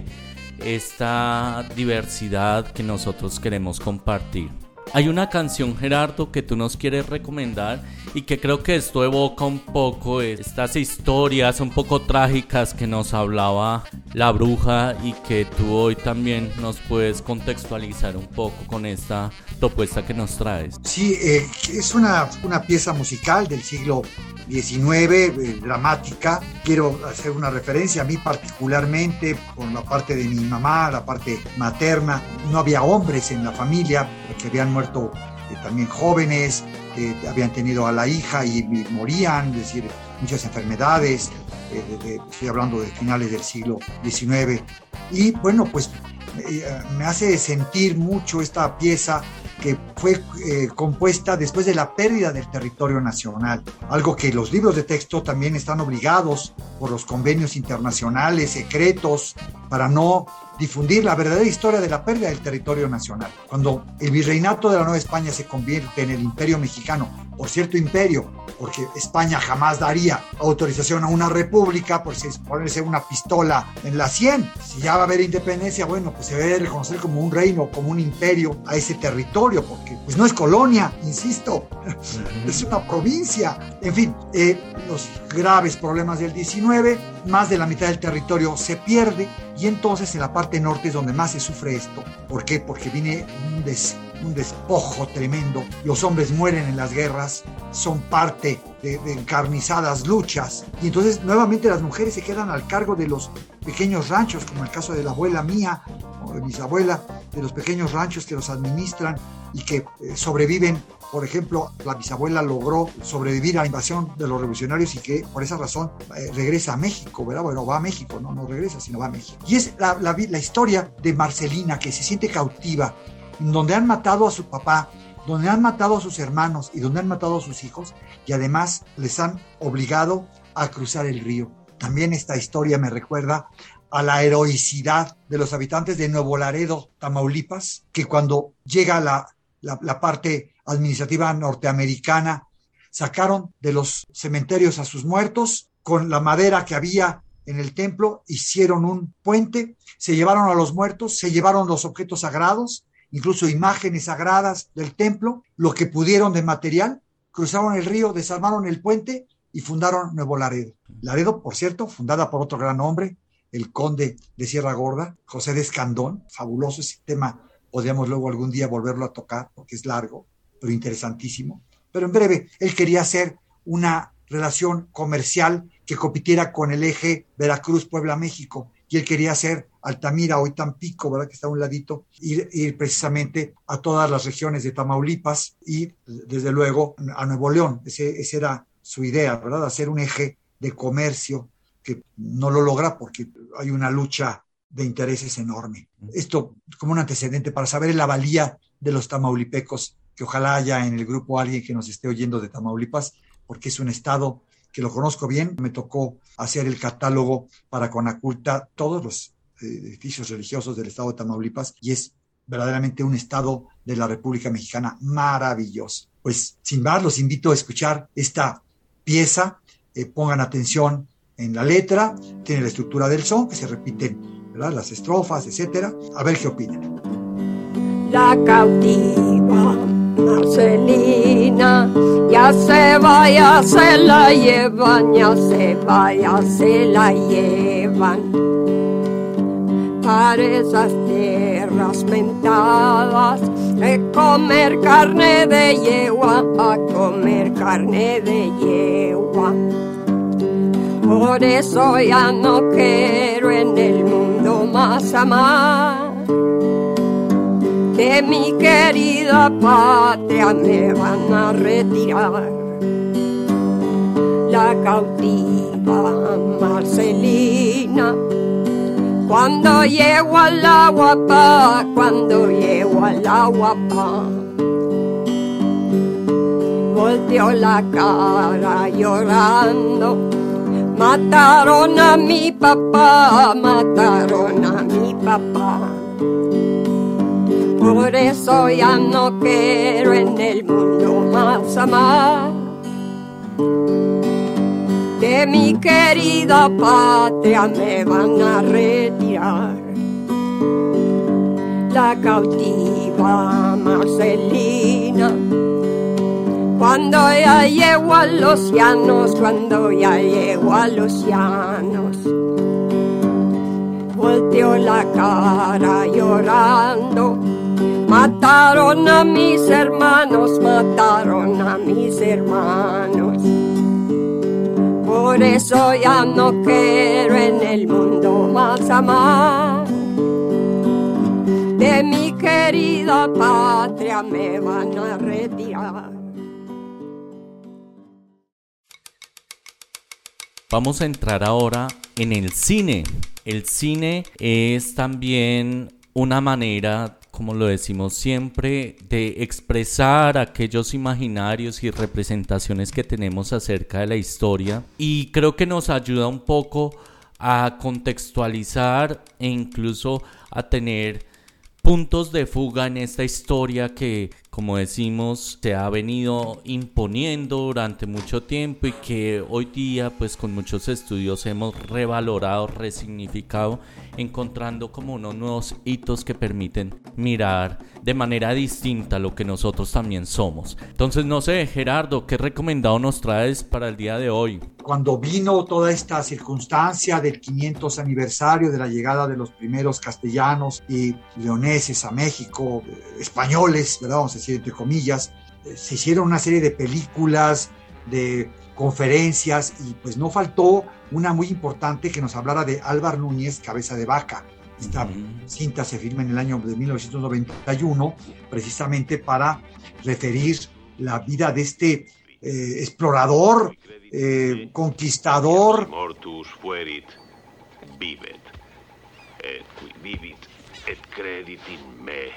Speaker 3: esta diversidad que nosotros queremos compartir. Hay una canción, Gerardo, que tú nos quieres recomendar y que creo que esto evoca un poco estas historias un poco trágicas que nos hablaba la bruja y que tú hoy también nos puedes contextualizar un poco con esta propuesta que nos traes.
Speaker 5: Sí, eh, es una, una pieza musical del siglo diecinueve, eh, dramática. Quiero hacer una referencia a mí particularmente por la parte de mi mamá, la parte materna. No había hombres en la familia porque habían muerto eh, también jóvenes, eh, habían tenido a la hija y, y morían, es decir, muchas enfermedades. Eh, de, de, estoy hablando de finales del siglo diecinueve. Y bueno, pues eh, me hace sentir mucho esta pieza que fue eh, compuesta después de la pérdida del territorio nacional, algo que los libros de texto también están obligados por los convenios internacionales secretos para no difundir la verdadera historia de la pérdida del territorio nacional. Cuando el virreinato de la Nueva España se convierte en el Imperio Mexicano, por cierto imperio, porque España jamás daría autorización a una república por ponerse una pistola en la sien. Si ya va a haber independencia, bueno, pues se debe reconocer como un reino, como un imperio a ese territorio, porque pues no es colonia, insisto, uh-huh. Es una provincia. En fin, eh, los graves problemas del diecinueve, más de la mitad del territorio se pierde y entonces en la parte norte es donde más se sufre esto. ¿Por qué? Porque viene un des un despojo tremendo, los hombres mueren en las guerras, son parte de, de encarnizadas luchas y entonces nuevamente las mujeres se quedan al cargo de los pequeños ranchos, como el caso de la abuela mía o de mis abuelas, de los pequeños ranchos que los administran y que eh, sobreviven. Por ejemplo, la bisabuela logró sobrevivir a la invasión de los revolucionarios y que por esa razón eh, regresa a México, ¿verdad? Bueno, va a México, no, no regresa, sino va a México. Y es la, la, la historia de Marcelina, que se siente cautiva, donde han matado a su papá, donde han matado a sus hermanos y donde han matado a sus hijos y además les han obligado a cruzar el río. También esta historia me recuerda a la heroicidad de los habitantes de Nuevo Laredo, Tamaulipas, que cuando llega la, la, la parte administrativa norteamericana, sacaron de los cementerios a sus muertos, con la madera que había en el templo, hicieron un puente, se llevaron a los muertos, se llevaron los objetos sagrados, incluso imágenes sagradas del templo, lo que pudieron de material, cruzaron el río, desarmaron el puente y fundaron Nuevo Laredo. Laredo, por cierto, fundada por otro gran hombre, el conde de Sierra Gorda, José de Escandón. Fabuloso ese tema, podríamos luego algún día volverlo a tocar, porque es largo, pero interesantísimo. Pero en breve, él quería hacer una relación comercial que compitiera con el eje Veracruz-Puebla-México, y él quería hacer Altamira, hoy Tampico, ¿verdad? Que está a un ladito, ir, ir precisamente a todas las regiones de Tamaulipas y, desde luego, a Nuevo León. Ese, esa era su idea, ¿verdad? Hacer un eje de comercio que no lo logra porque hay una lucha de intereses enorme. Esto como un antecedente para saber la valía de los tamaulipecos, que ojalá haya en el grupo alguien que nos esté oyendo de Tamaulipas, porque es un estado que lo conozco bien. Me tocó hacer el catálogo para Conaculta, todos los edificios religiosos del estado de Tamaulipas, y es verdaderamente un estado de la República Mexicana maravilloso. Pues sin más, los invito a escuchar esta pieza, eh, pongan atención en la letra, tiene la estructura del son, que se repiten, ¿verdad? Las estrofas, etcétera. A ver qué opinan.
Speaker 7: La cautiva Marcelina, ya se va, ya se la llevan, ya se va, ya se la llevan para esas tierras mentadas, de comer carne de yegua, a comer carne de yegua. Por eso ya no quiero en el mundo más amar, que mi querida patria me van a retirar. La cautiva Marcelina, cuando llego al agua pa, cuando llego al agua pa, volteó la cara llorando. Mataron a mi papá, mataron a mi papá. Por eso ya no quiero en el mundo más amar, que mi querida patria me van a retirar. La cautiva Marcelina, cuando ya llego a los llanos, cuando ya llego a los llanos, volteó la cara llorando. Mataron a mis hermanos, mataron a mis hermanos. Por eso ya no quiero en el mundo más amar, de mi querida patria me van a retirar.
Speaker 3: Vamos a entrar ahora en el cine. El cine es también una manera, como lo decimos siempre, de expresar aquellos imaginarios y representaciones que tenemos acerca de la historia, y creo que nos ayuda un poco a contextualizar e incluso a tener puntos de fuga en esta historia que, como decimos, se ha venido imponiendo durante mucho tiempo y que hoy día, pues con muchos estudios hemos revalorado, resignificado, encontrando como unos nuevos hitos que permiten mirar de manera distinta lo que nosotros también somos. Entonces, no sé, Gerardo, ¿qué recomendado nos traes para el día de hoy?
Speaker 5: Cuando vino toda esta circunstancia del quinientos aniversario de la llegada de los primeros castellanos y leoneses a México, españoles, ¿verdad? Vamos a decir entre comillas, se hicieron una serie de películas, de conferencias, y pues no faltó una muy importante que nos hablara de Álvar Núñez, Cabeza de Vaca. Esta uh-huh. cinta se filma en el año de mil novecientos noventa y uno, precisamente para referir la vida de este eh, explorador, eh, conquistador.
Speaker 8: Mortus fuerit, vivet, et qui vivit, et credit in me,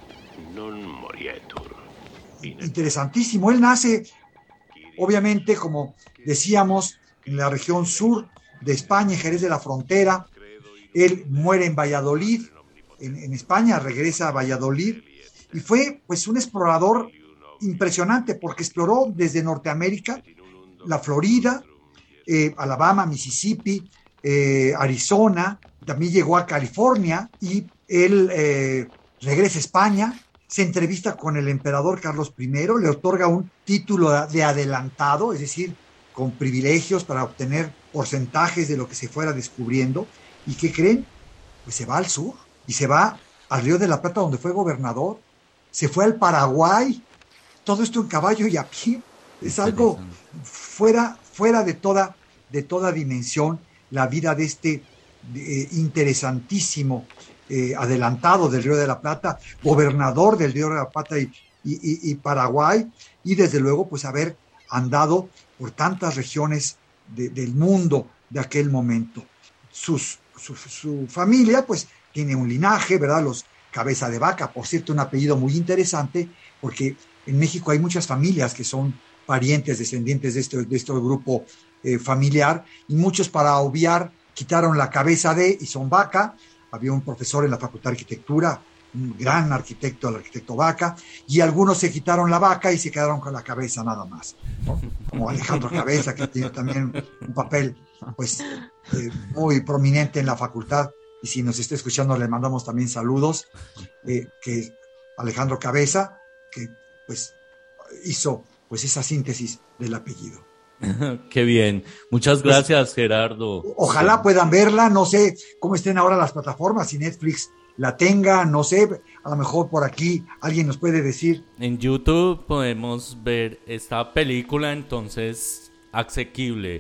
Speaker 8: non morietur.
Speaker 5: Interesantísimo. Él nace, obviamente, como decíamos, en la región sur de España, en Jerez de la Frontera. Él muere en Valladolid, en, en España, regresa a Valladolid, y fue pues un explorador impresionante, porque exploró desde Norteamérica, la Florida, eh, Alabama, Mississippi, eh, Arizona, también llegó a California, y él eh, regresa a España, se entrevista con el emperador Carlos primero, le otorga un título de adelantado, es decir, con privilegios para obtener porcentajes de lo que se fuera descubriendo. ¿Y qué creen? Pues se va al sur y se va al Río de la Plata, donde fue gobernador, se fue al Paraguay, todo esto en caballo y a pie. Es algo fuera, fuera de toda, de toda dimensión, la vida de este eh, interesantísimo eh, adelantado del Río de la Plata, gobernador del Río de la Plata y, y, y, y Paraguay, y desde luego pues haber andado por tantas regiones de, del mundo de aquel momento. Sus, su, su familia pues tiene un linaje, ¿verdad? Los Cabeza de Vaca, por cierto, un apellido muy interesante, porque en México hay muchas familias que son parientes, descendientes de este, de este grupo eh, familiar, y muchos, para obviar, quitaron la cabeza de y son Vaca. Había un profesor en la Facultad de Arquitectura, un gran arquitecto, el arquitecto Vaca, y algunos se quitaron la vaca y se quedaron con la cabeza nada más, ¿no? Como Alejandro Cabeza, que tiene también un papel pues eh, muy prominente en la facultad, y si nos está escuchando le mandamos también saludos, eh, que Alejandro Cabeza, que pues hizo pues esa síntesis del apellido.
Speaker 3: Qué bien, muchas gracias, pues, Gerardo.
Speaker 5: Ojalá puedan verla, no sé cómo estén ahora las plataformas, si Netflix la tenga, no sé, a lo mejor por aquí alguien nos puede decir.
Speaker 3: En YouTube podemos ver esta película, entonces, asequible.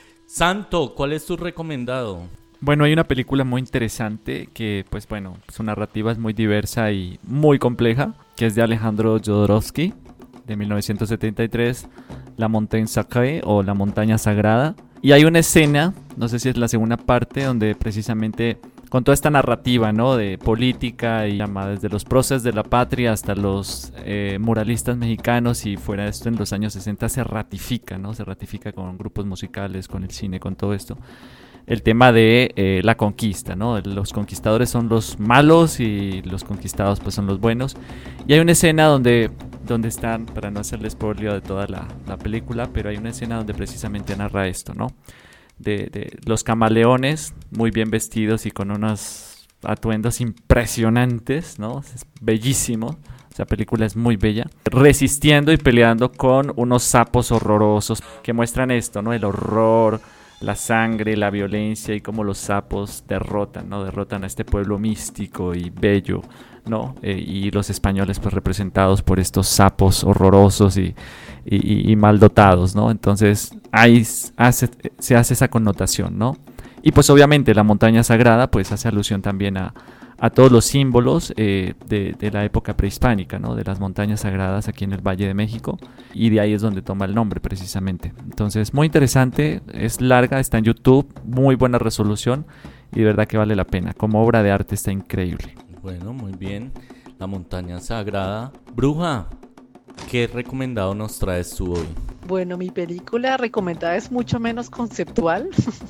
Speaker 3: Santo, ¿cuál es tu recomendado?
Speaker 1: Bueno, hay una película muy interesante que, pues bueno, su narrativa es muy diversa y muy compleja, que es de Alejandro Jodorowsky, de mil novecientos setenta y tres, La Montagne Sacrée o La Montaña Sagrada. Y hay una escena, no sé si es la segunda parte, donde precisamente con toda esta narrativa, ¿no?, de política y llama desde los próceres de la patria hasta los eh, muralistas mexicanos, y fuera de esto en los años sesenta se ratifica, ¿no? Se ratifica con grupos musicales, con el cine, con todo esto. El tema de eh, la conquista, ¿no? Los conquistadores son los malos y los conquistados pues son los buenos. Y hay una escena donde, donde están, para no hacerle spoiler de toda la, la película, pero hay una escena donde precisamente narra esto, ¿no? De, de los camaleones muy bien vestidos y con unos atuendos impresionantes, ¿no? Es bellísimo. Esa película es muy bella. Resistiendo y peleando con unos sapos horrorosos que muestran esto, ¿no? El horror, la sangre, la violencia y cómo los sapos derrotan, ¿no? Derrotan a este pueblo místico y bello, ¿no? Eh, y los españoles pues representados por estos sapos horrorosos y, y, y mal dotados, ¿no? Entonces ahí hace, se hace esa connotación, ¿no? Y pues obviamente la montaña sagrada pues hace alusión también a, a todos los símbolos eh, de, de la época prehispánica, ¿no? De las montañas sagradas aquí en el Valle de México, y de ahí es donde toma el nombre precisamente. Entonces muy interesante, es larga, está en YouTube, muy buena resolución y de verdad que vale la pena. Como obra de arte está increíble.
Speaker 3: Bueno, muy bien. La montaña sagrada. Bruja, ¿qué recomendado nos traes tú hoy?
Speaker 4: Bueno, mi película recomendada es mucho menos conceptual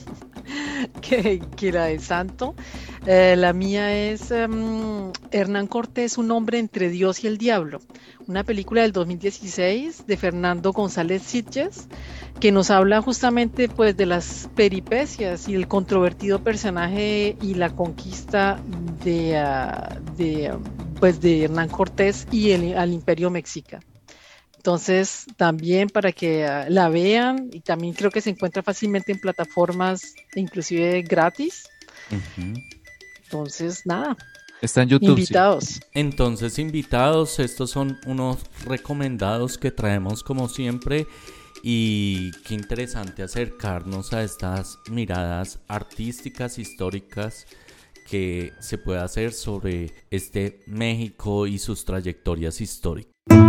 Speaker 4: que, que la de Santo. Eh, la mía es um, Hernán Cortés, un hombre entre Dios y el diablo. Una película del dos mil dieciséis de Fernando González Sitges, que nos habla justamente pues de las peripecias y el controvertido personaje y la conquista de, uh, de, uh, pues de Hernán Cortés y el, al Imperio Mexica. Entonces, también para que uh, la vean, y también creo que se encuentra fácilmente en plataformas, inclusive gratis.
Speaker 3: Uh-huh.
Speaker 4: Entonces, nada.
Speaker 1: Está en YouTube.
Speaker 4: Invitados.
Speaker 3: Sí. Entonces, invitados, estos son unos recomendados que traemos como siempre. Y qué interesante acercarnos a estas miradas artísticas, históricas, que se puede hacer sobre este México y sus trayectorias históricas.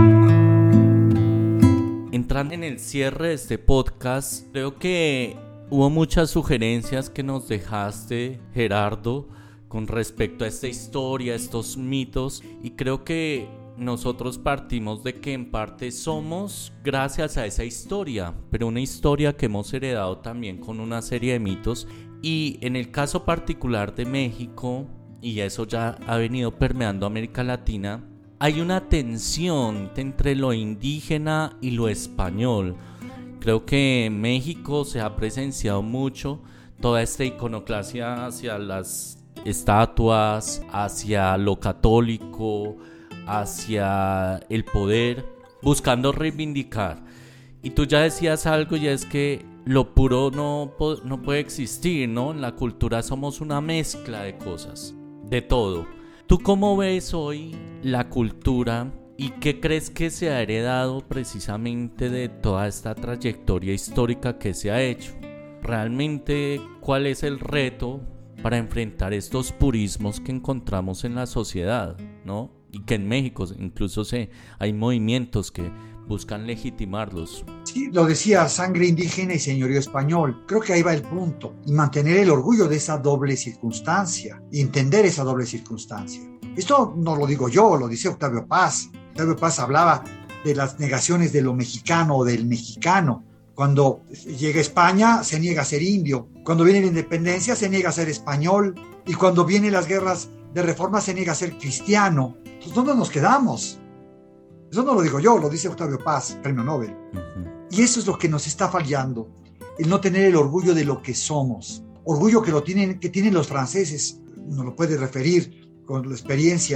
Speaker 3: Entrando en el cierre de este podcast, creo que hubo muchas sugerencias que nos dejaste, Gerardo, con respecto a esta historia, estos mitos, y creo que nosotros partimos de que en parte somos gracias a esa historia, pero una historia que hemos heredado también con una serie de mitos, y en el caso particular de México, y eso ya ha venido permeando América Latina, hay una tensión entre lo indígena y lo español. Creo que en México se ha presenciado mucho toda esta iconoclasia hacia las estatuas, hacia lo católico, hacia el poder, buscando reivindicar. Y tú ya decías algo, y es que lo puro no, no puede existir, ¿no? En la cultura somos una mezcla de cosas, de todo. ¿Tú cómo ves hoy la cultura y qué crees que se ha heredado precisamente de toda esta trayectoria histórica que se ha hecho? Realmente, ¿cuál es el reto para enfrentar estos purismos que encontramos en la sociedad, ¿no? Y que en México incluso se, hay movimientos que buscan legitimarlos.
Speaker 5: Sí, lo decía, sangre indígena y señorío español. Creo que ahí va el punto. Y mantener el orgullo de esa doble circunstancia. Y entender esa doble circunstancia. Esto no lo digo yo, lo dice Octavio Paz. Octavio Paz hablaba de las negaciones de lo mexicano o del mexicano. Cuando llega a España, se niega a ser indio. Cuando viene la independencia, se niega a ser español. Y cuando vienen las guerras de reforma, se niega a ser cristiano. Entonces, ¿dónde nos quedamos? Eso no lo digo yo, lo dice Octavio Paz, premio Nobel. Uh-huh. Y eso es lo que nos está fallando, el no tener el orgullo de lo que somos. Orgullo que lo tienen, que tienen los franceses, nos lo puede referir con la experiencia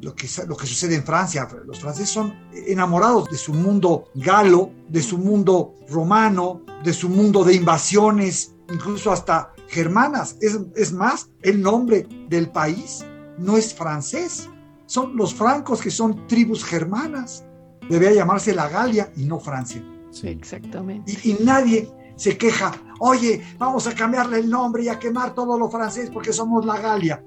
Speaker 5: lo que, lo que sucede en Francia. Los franceses son enamorados de su mundo galo, de su mundo romano, de su mundo de invasiones, incluso hasta germanas. Es, es más, el nombre del país no es francés, son los francos, que son tribus germanas. Debería llamarse la Galia y no Francia.
Speaker 4: Sí, exactamente.
Speaker 5: Y, y nadie se queja, oye, vamos a cambiarle el nombre y a quemar todo lo francés porque somos la Galia.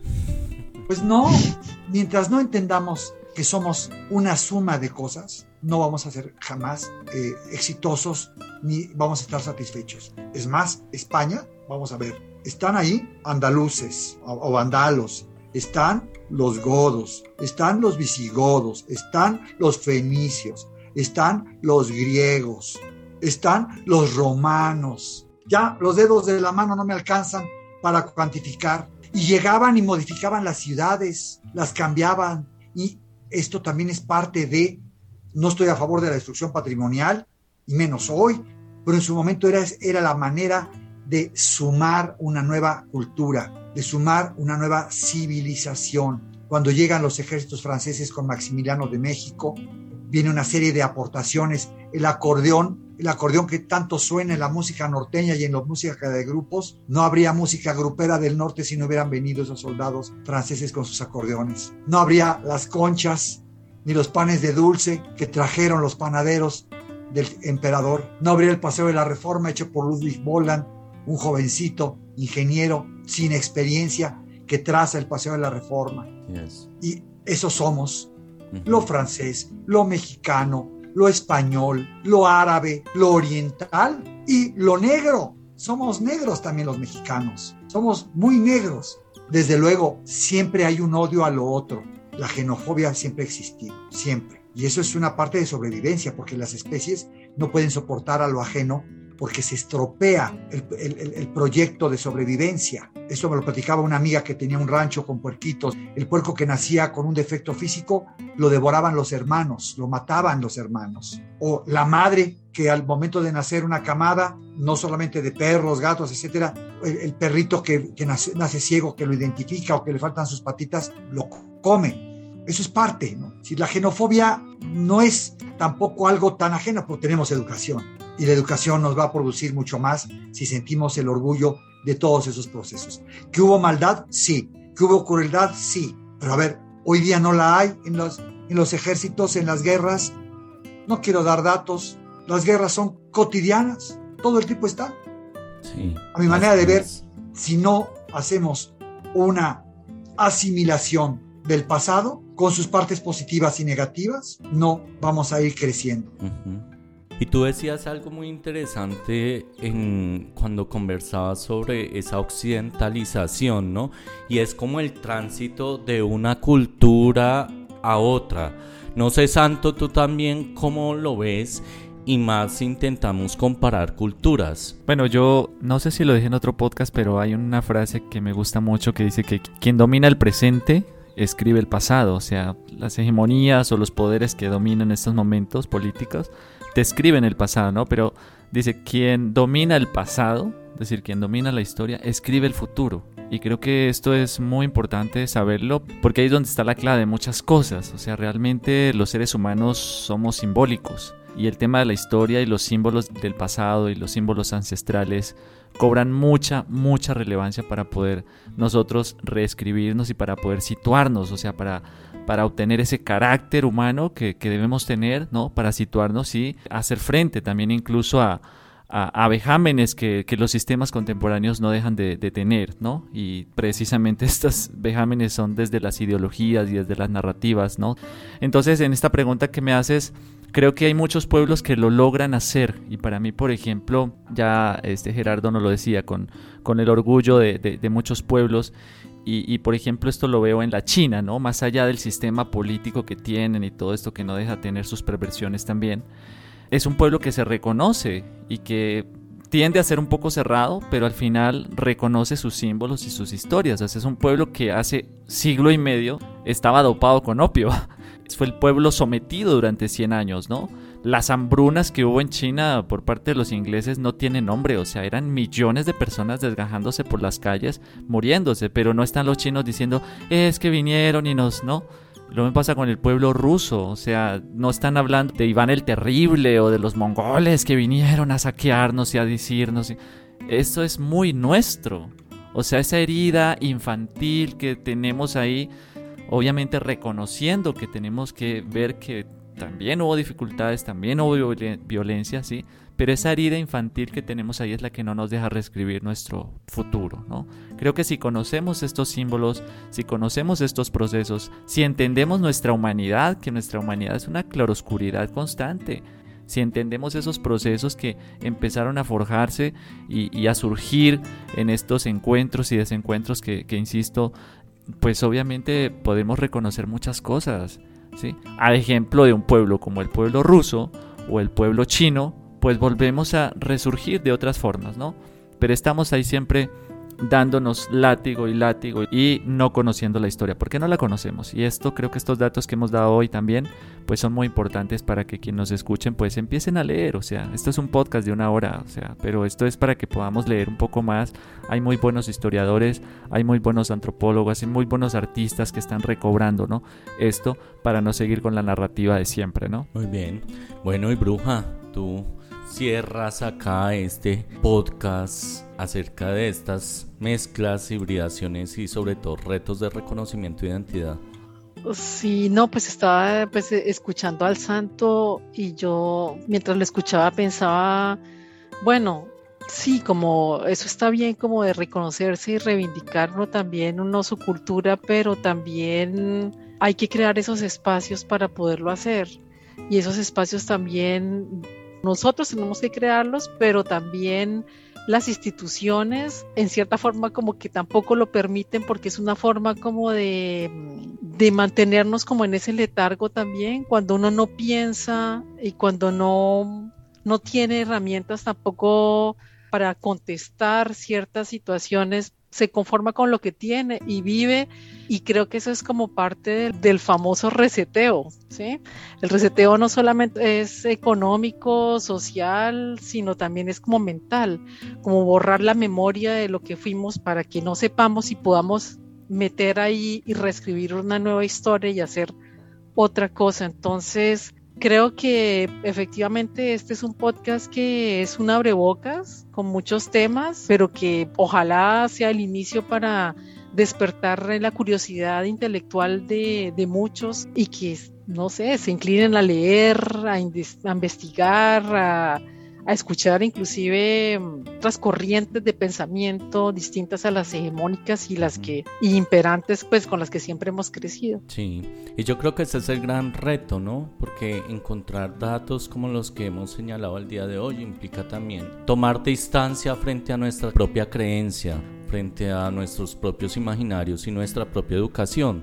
Speaker 5: Pues no, mientras no entendamos que somos una suma de cosas, no vamos a ser jamás eh, exitosos ni vamos a estar satisfechos. Es más, España, vamos a ver, están ahí andaluces o, o vandalos, están los godos, están los visigodos, están los fenicios, están los griegos, están los romanos. Ya los dedos de la mano no me alcanzan para cuantificar. Y llegaban y modificaban las ciudades, las cambiaban. Y esto también es parte de, no estoy a favor de la destrucción patrimonial, y menos hoy, pero en su momento era, era la manera de sumar una nueva cultura, de sumar una nueva civilización. Cuando llegan los ejércitos franceses con Maximiliano de México, viene una serie de aportaciones, el acordeón, el acordeón que tanto suena en la música norteña y en la música de grupos. No habría música grupera del norte si no hubieran venido esos soldados franceses con sus acordeones. No habría las conchas ni los panes de dulce que trajeron los panaderos del emperador. No habría el Paseo de la Reforma hecho por Ludwig Bolland, un jovencito ingeniero sin experiencia que traza el Paseo de la Reforma. Yes. Y eso somos. Uh-huh. Lo francés, lo mexicano, lo español, lo árabe, lo oriental y lo negro. Somos negros también los mexicanos. Somos muy negros. Desde luego, siempre hay un odio a lo otro. La xenofobia siempre ha existido, siempre. Y eso es una parte de sobrevivencia, porque las especies no pueden soportar a lo ajeno porque se estropea el, el, el proyecto de sobrevivencia. Eso me lo platicaba una amiga que tenía un rancho con puerquitos. El puerco que nacía con un defecto físico lo devoraban los hermanos, lo mataban los hermanos. O la madre que al momento de nacer una camada, no solamente de perros, gatos, etcétera, el, el perrito que, que nace, nace ciego, que lo identifica o que le faltan sus patitas, lo come. Eso es parte, ¿no? Si la xenofobia no es tampoco algo tan ajeno, porque tenemos educación. Y la educación nos va a producir mucho más si sentimos el orgullo de todos esos procesos. ¿Que hubo maldad? Sí. ¿Que hubo crueldad? Sí. Pero a ver, hoy día no la hay en los, en los ejércitos, en las guerras. No quiero dar datos. Las guerras son cotidianas. Todo el tiempo está.
Speaker 3: Sí.
Speaker 5: A mi manera de ver, si no hacemos una asimilación del pasado con sus partes positivas y negativas, no vamos a ir creciendo.
Speaker 3: Uh-huh. Y tú decías algo muy interesante en, cuando conversabas sobre esa occidentalización, ¿no? Y es como el tránsito de una cultura a otra. No sé, Santo, tú también cómo lo ves, y más intentamos comparar culturas.
Speaker 1: Bueno, yo no sé si lo dije en otro podcast, pero hay una frase que me gusta mucho que dice que quien domina el presente escribe el pasado. O sea, las hegemonías o los poderes que dominan estos momentos políticos te escriben el pasado, ¿no? Pero dice, quien domina el pasado, es decir, quien domina la historia, escribe el futuro. Y creo que esto es muy importante saberlo, porque ahí es donde está la clave de muchas cosas. O sea, realmente los seres humanos somos simbólicos. Y el tema de la historia y los símbolos del pasado y los símbolos ancestrales cobran mucha, mucha relevancia para poder nosotros reescribirnos y para poder situarnos, o sea, para, para obtener ese carácter humano que, que debemos tener, ¿no? Para situarnos y hacer frente también incluso a, a, a vejámenes que, que los sistemas contemporáneos no dejan de, de tener, ¿no? Y precisamente estas vejámenes son desde las ideologías y desde las narrativas, ¿no? Entonces, en esta pregunta que me haces, creo que hay muchos pueblos que lo logran hacer, y para mí, por ejemplo, ya este Gerardo nos lo decía, con, con el orgullo de, de, de muchos pueblos, y, y por ejemplo esto lo veo en la China, ¿no? Más allá del sistema político que tienen y todo esto que no deja tener sus perversiones también, es un pueblo que se reconoce y que tiende a ser un poco cerrado, pero al final reconoce sus símbolos y sus historias. O sea, es un pueblo que hace siglo y medio estaba dopado con opio. Fue el pueblo sometido durante cien años, ¿no? Las hambrunas que hubo en China por parte de los ingleses no tienen nombre, o sea, eran millones de personas desgajándose por las calles, muriéndose, pero no están los chinos diciendo, es que vinieron y nos, ¿no? Lo mismo pasa con el pueblo ruso, o sea, no están hablando de Iván el Terrible o de los mongoles que vinieron a saquearnos y a decirnos. Esto es muy nuestro, o sea, esa herida infantil que tenemos ahí, obviamente reconociendo que tenemos que ver que también hubo dificultades, también hubo violencia, ¿sí? Pero esa herida infantil que tenemos ahí es la que no nos deja reescribir nuestro futuro, ¿no? Creo que si conocemos estos símbolos, si conocemos estos procesos, si entendemos nuestra humanidad, que nuestra humanidad es una claroscuridad constante, si entendemos esos procesos que empezaron a forjarse y, y a surgir en estos encuentros y desencuentros que, que, insisto, pues obviamente podemos reconocer muchas cosas, ¿sí? A ejemplo de un pueblo como el pueblo ruso o el pueblo chino, pues volvemos a resurgir de otras formas, ¿no? Pero estamos ahí siempre dándonos látigo y látigo y no conociendo la historia, porque no la conocemos. Y esto, creo que estos datos que hemos dado hoy también, pues son muy importantes para que quienes nos escuchen, pues empiecen a leer. O sea, esto es un podcast de una hora, o sea, pero esto es para que podamos leer un poco más. Hay muy buenos historiadores, hay muy buenos antropólogos, hay muy buenos artistas que están recobrando, ¿no? Esto para no seguir con la narrativa de siempre, ¿no?
Speaker 3: Muy bien. Bueno, y Bruja, tú cierras acá este podcast acerca de estas mezclas, hibridaciones y sobre todo retos de reconocimiento de identidad.
Speaker 4: Sí, no, pues estaba pues, escuchando al santo y yo mientras lo escuchaba pensaba, bueno, sí, como eso está bien como de reconocerse y reivindicarlo también uno su cultura, pero también hay que crear esos espacios para poderlo hacer y esos espacios también nosotros tenemos que crearlos, pero también las instituciones en cierta forma como que tampoco lo permiten porque es una forma como de, de mantenernos como en ese letargo también, cuando uno no piensa y cuando no, no tiene herramientas tampoco para contestar ciertas situaciones, se conforma con lo que tiene y vive, y creo que eso es como parte del, del famoso reseteo, ¿sí? El reseteo no solamente es económico, social, sino también es como mental, como borrar la memoria de lo que fuimos para que no sepamos y podamos meter ahí y reescribir una nueva historia y hacer otra cosa. Entonces, creo que efectivamente este es un podcast que es un abrebocas con muchos temas, pero que ojalá sea el inicio para despertar la curiosidad intelectual de, de muchos y que, no sé, se inclinen a leer, a, indes- a investigar, a, a escuchar inclusive otras corrientes de pensamiento distintas a las hegemónicas y las que y imperantes pues con las que siempre hemos crecido.
Speaker 3: Sí, y yo creo que ese es el gran reto, ¿no? Porque encontrar datos como los que hemos señalado el día de hoy implica también tomar distancia frente a nuestra propia creencia, frente a nuestros propios imaginarios y nuestra propia educación.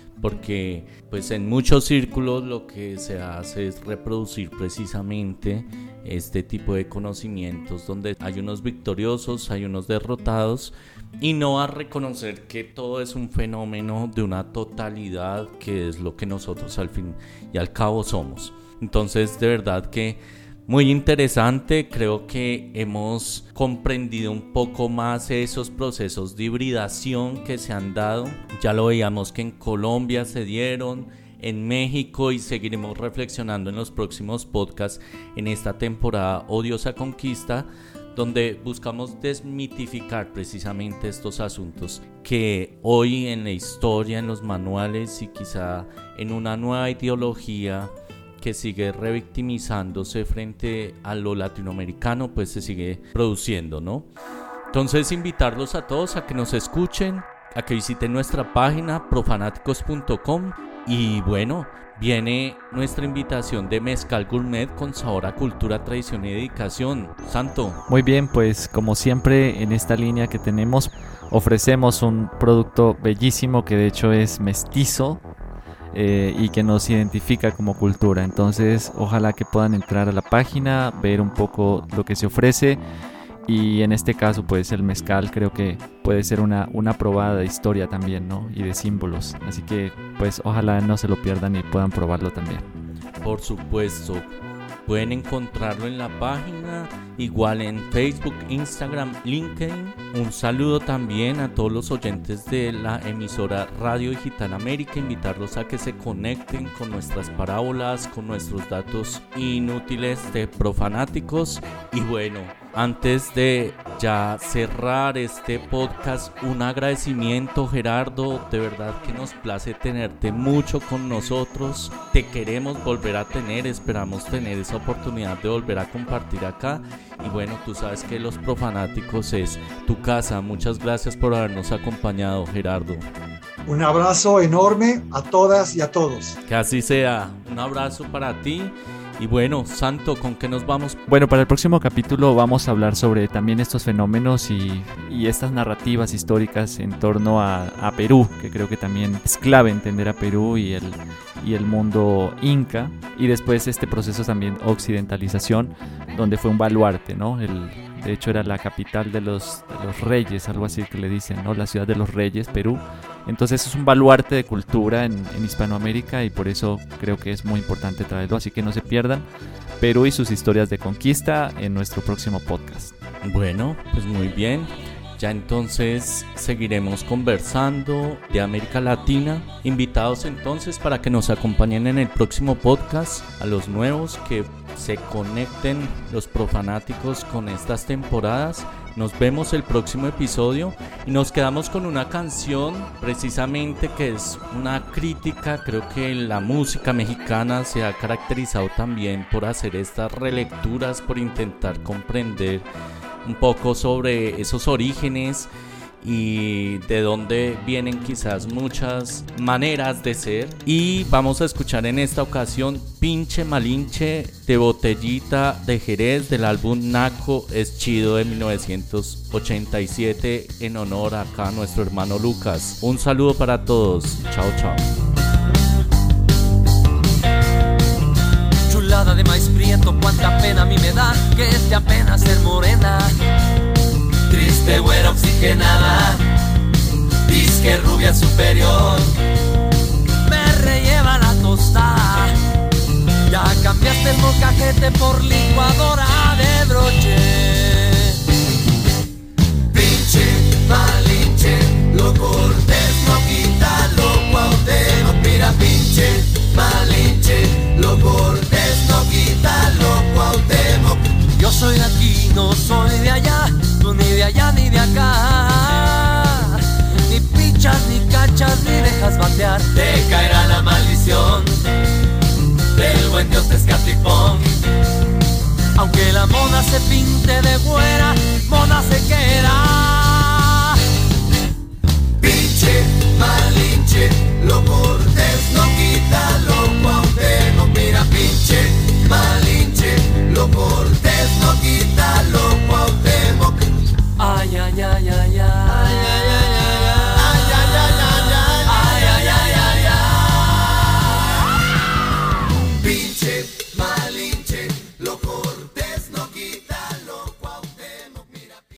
Speaker 3: Porque pues en muchos círculos lo que se hace es reproducir precisamente este tipo de conocimientos donde hay unos victoriosos, hay unos derrotados, y no a reconocer que todo es un fenómeno de una totalidad que es lo que nosotros al fin y al cabo somos. Entonces, de verdad que muy interesante, creo que hemos comprendido un poco más esos procesos de hibridación que se han dado. Ya lo veíamos que en Colombia se dieron, en México, y seguiremos reflexionando en los próximos podcasts en esta temporada Odiosa Conquista, donde buscamos desmitificar precisamente estos asuntos que hoy en la historia, en los manuales y quizá en una nueva ideología que sigue revictimizándose frente a lo latinoamericano, pues se sigue produciendo, ¿no? Entonces, invitarlos a todos a que nos escuchen, a que visiten nuestra página profanáticos punto com, y bueno, viene nuestra invitación de Mezcal Gourmet con sabor a cultura, tradición y dedicación. Santo.
Speaker 1: Muy bien, pues como siempre en esta línea que tenemos, ofrecemos un producto bellísimo que de hecho es mestizo, Eh, y que nos identifica como cultura. Entonces ojalá que puedan entrar a la página, ver un poco lo que se ofrece, y en este caso pues el mezcal creo que puede ser una, una probada de historia también, ¿no? Y de símbolos, así que pues ojalá no se lo pierdan y puedan probarlo también.
Speaker 3: Por supuesto. pueden encontrarlo en la página, igual en Facebook, Instagram, LinkedIn. Un saludo también a todos los oyentes de la emisora Radio Digital América, invitarlos a que se conecten con nuestras parábolas, con nuestros datos inútiles de profanáticos. Y bueno, antes de ya cerrar este podcast, un agradecimiento, Gerardo, de verdad que nos place tenerte mucho con nosotros, te queremos volver a tener, esperamos tener esa oportunidad de volver a compartir acá. Y bueno, tú sabes que Los Profanáticos es tu casa. Muchas gracias por habernos acompañado, Gerardo.
Speaker 5: Un abrazo enorme a todas y a todos.
Speaker 3: Que así sea, un abrazo para ti. Y bueno, Santo, ¿con qué nos vamos?
Speaker 1: Bueno, para el próximo capítulo vamos a hablar sobre también estos fenómenos y, y estas narrativas históricas en torno a, a Perú, que creo que también es clave entender a Perú y el, y el mundo inca, y después este proceso también occidentalización, donde fue un baluarte, ¿no? El, de hecho era la capital de los, de los reyes, algo así que le dicen, ¿no? La ciudad de los reyes, Perú. Entonces es un baluarte de cultura en, en Hispanoamérica y por eso creo que es muy importante traerlo, así que no se pierdan Perú y sus historias de conquista en nuestro próximo podcast.
Speaker 3: Bueno, pues muy bien, ya entonces seguiremos conversando de América Latina. Invitados entonces para que nos acompañen en el próximo podcast, a los nuevos que se conecten, los profanáticos, con estas temporadas. Nos vemos el próximo episodio y nos quedamos con una canción precisamente que es una crítica. Creo que la música mexicana se ha caracterizado también por hacer estas relecturas, por intentar comprender un poco sobre esos orígenes y de dónde vienen quizás muchas maneras de ser. Y vamos a escuchar en esta ocasión Pinche Malinche de Botellita de Jerez, del álbum Naco es Chido de mil novecientos ochenta y siete, en honor acá a nuestro hermano Lucas. Un saludo para todos, chao chao.
Speaker 9: Chulada de maíz prieto, cuánta pena a mí me da que esté apenas ser morena. Triste güera oxigenada, disque rubia superior, me relleva la tostada. Ya cambiaste el molcajete por licuadora de broche. Pinche Malinche, lo cortés no quita lo Cuauhtémoc. Mira pinche Malinche, lo cortés no quita lo Cuauhtémoc. Yo soy de aquí, no soy de allá, tú ni de allá ni de acá. Ni pichas, ni cachas, ni dejas batear. Te caerá la maldición del buen dios Tezcatlipoca. Aunque la mona se pinte de güera, mona se queda.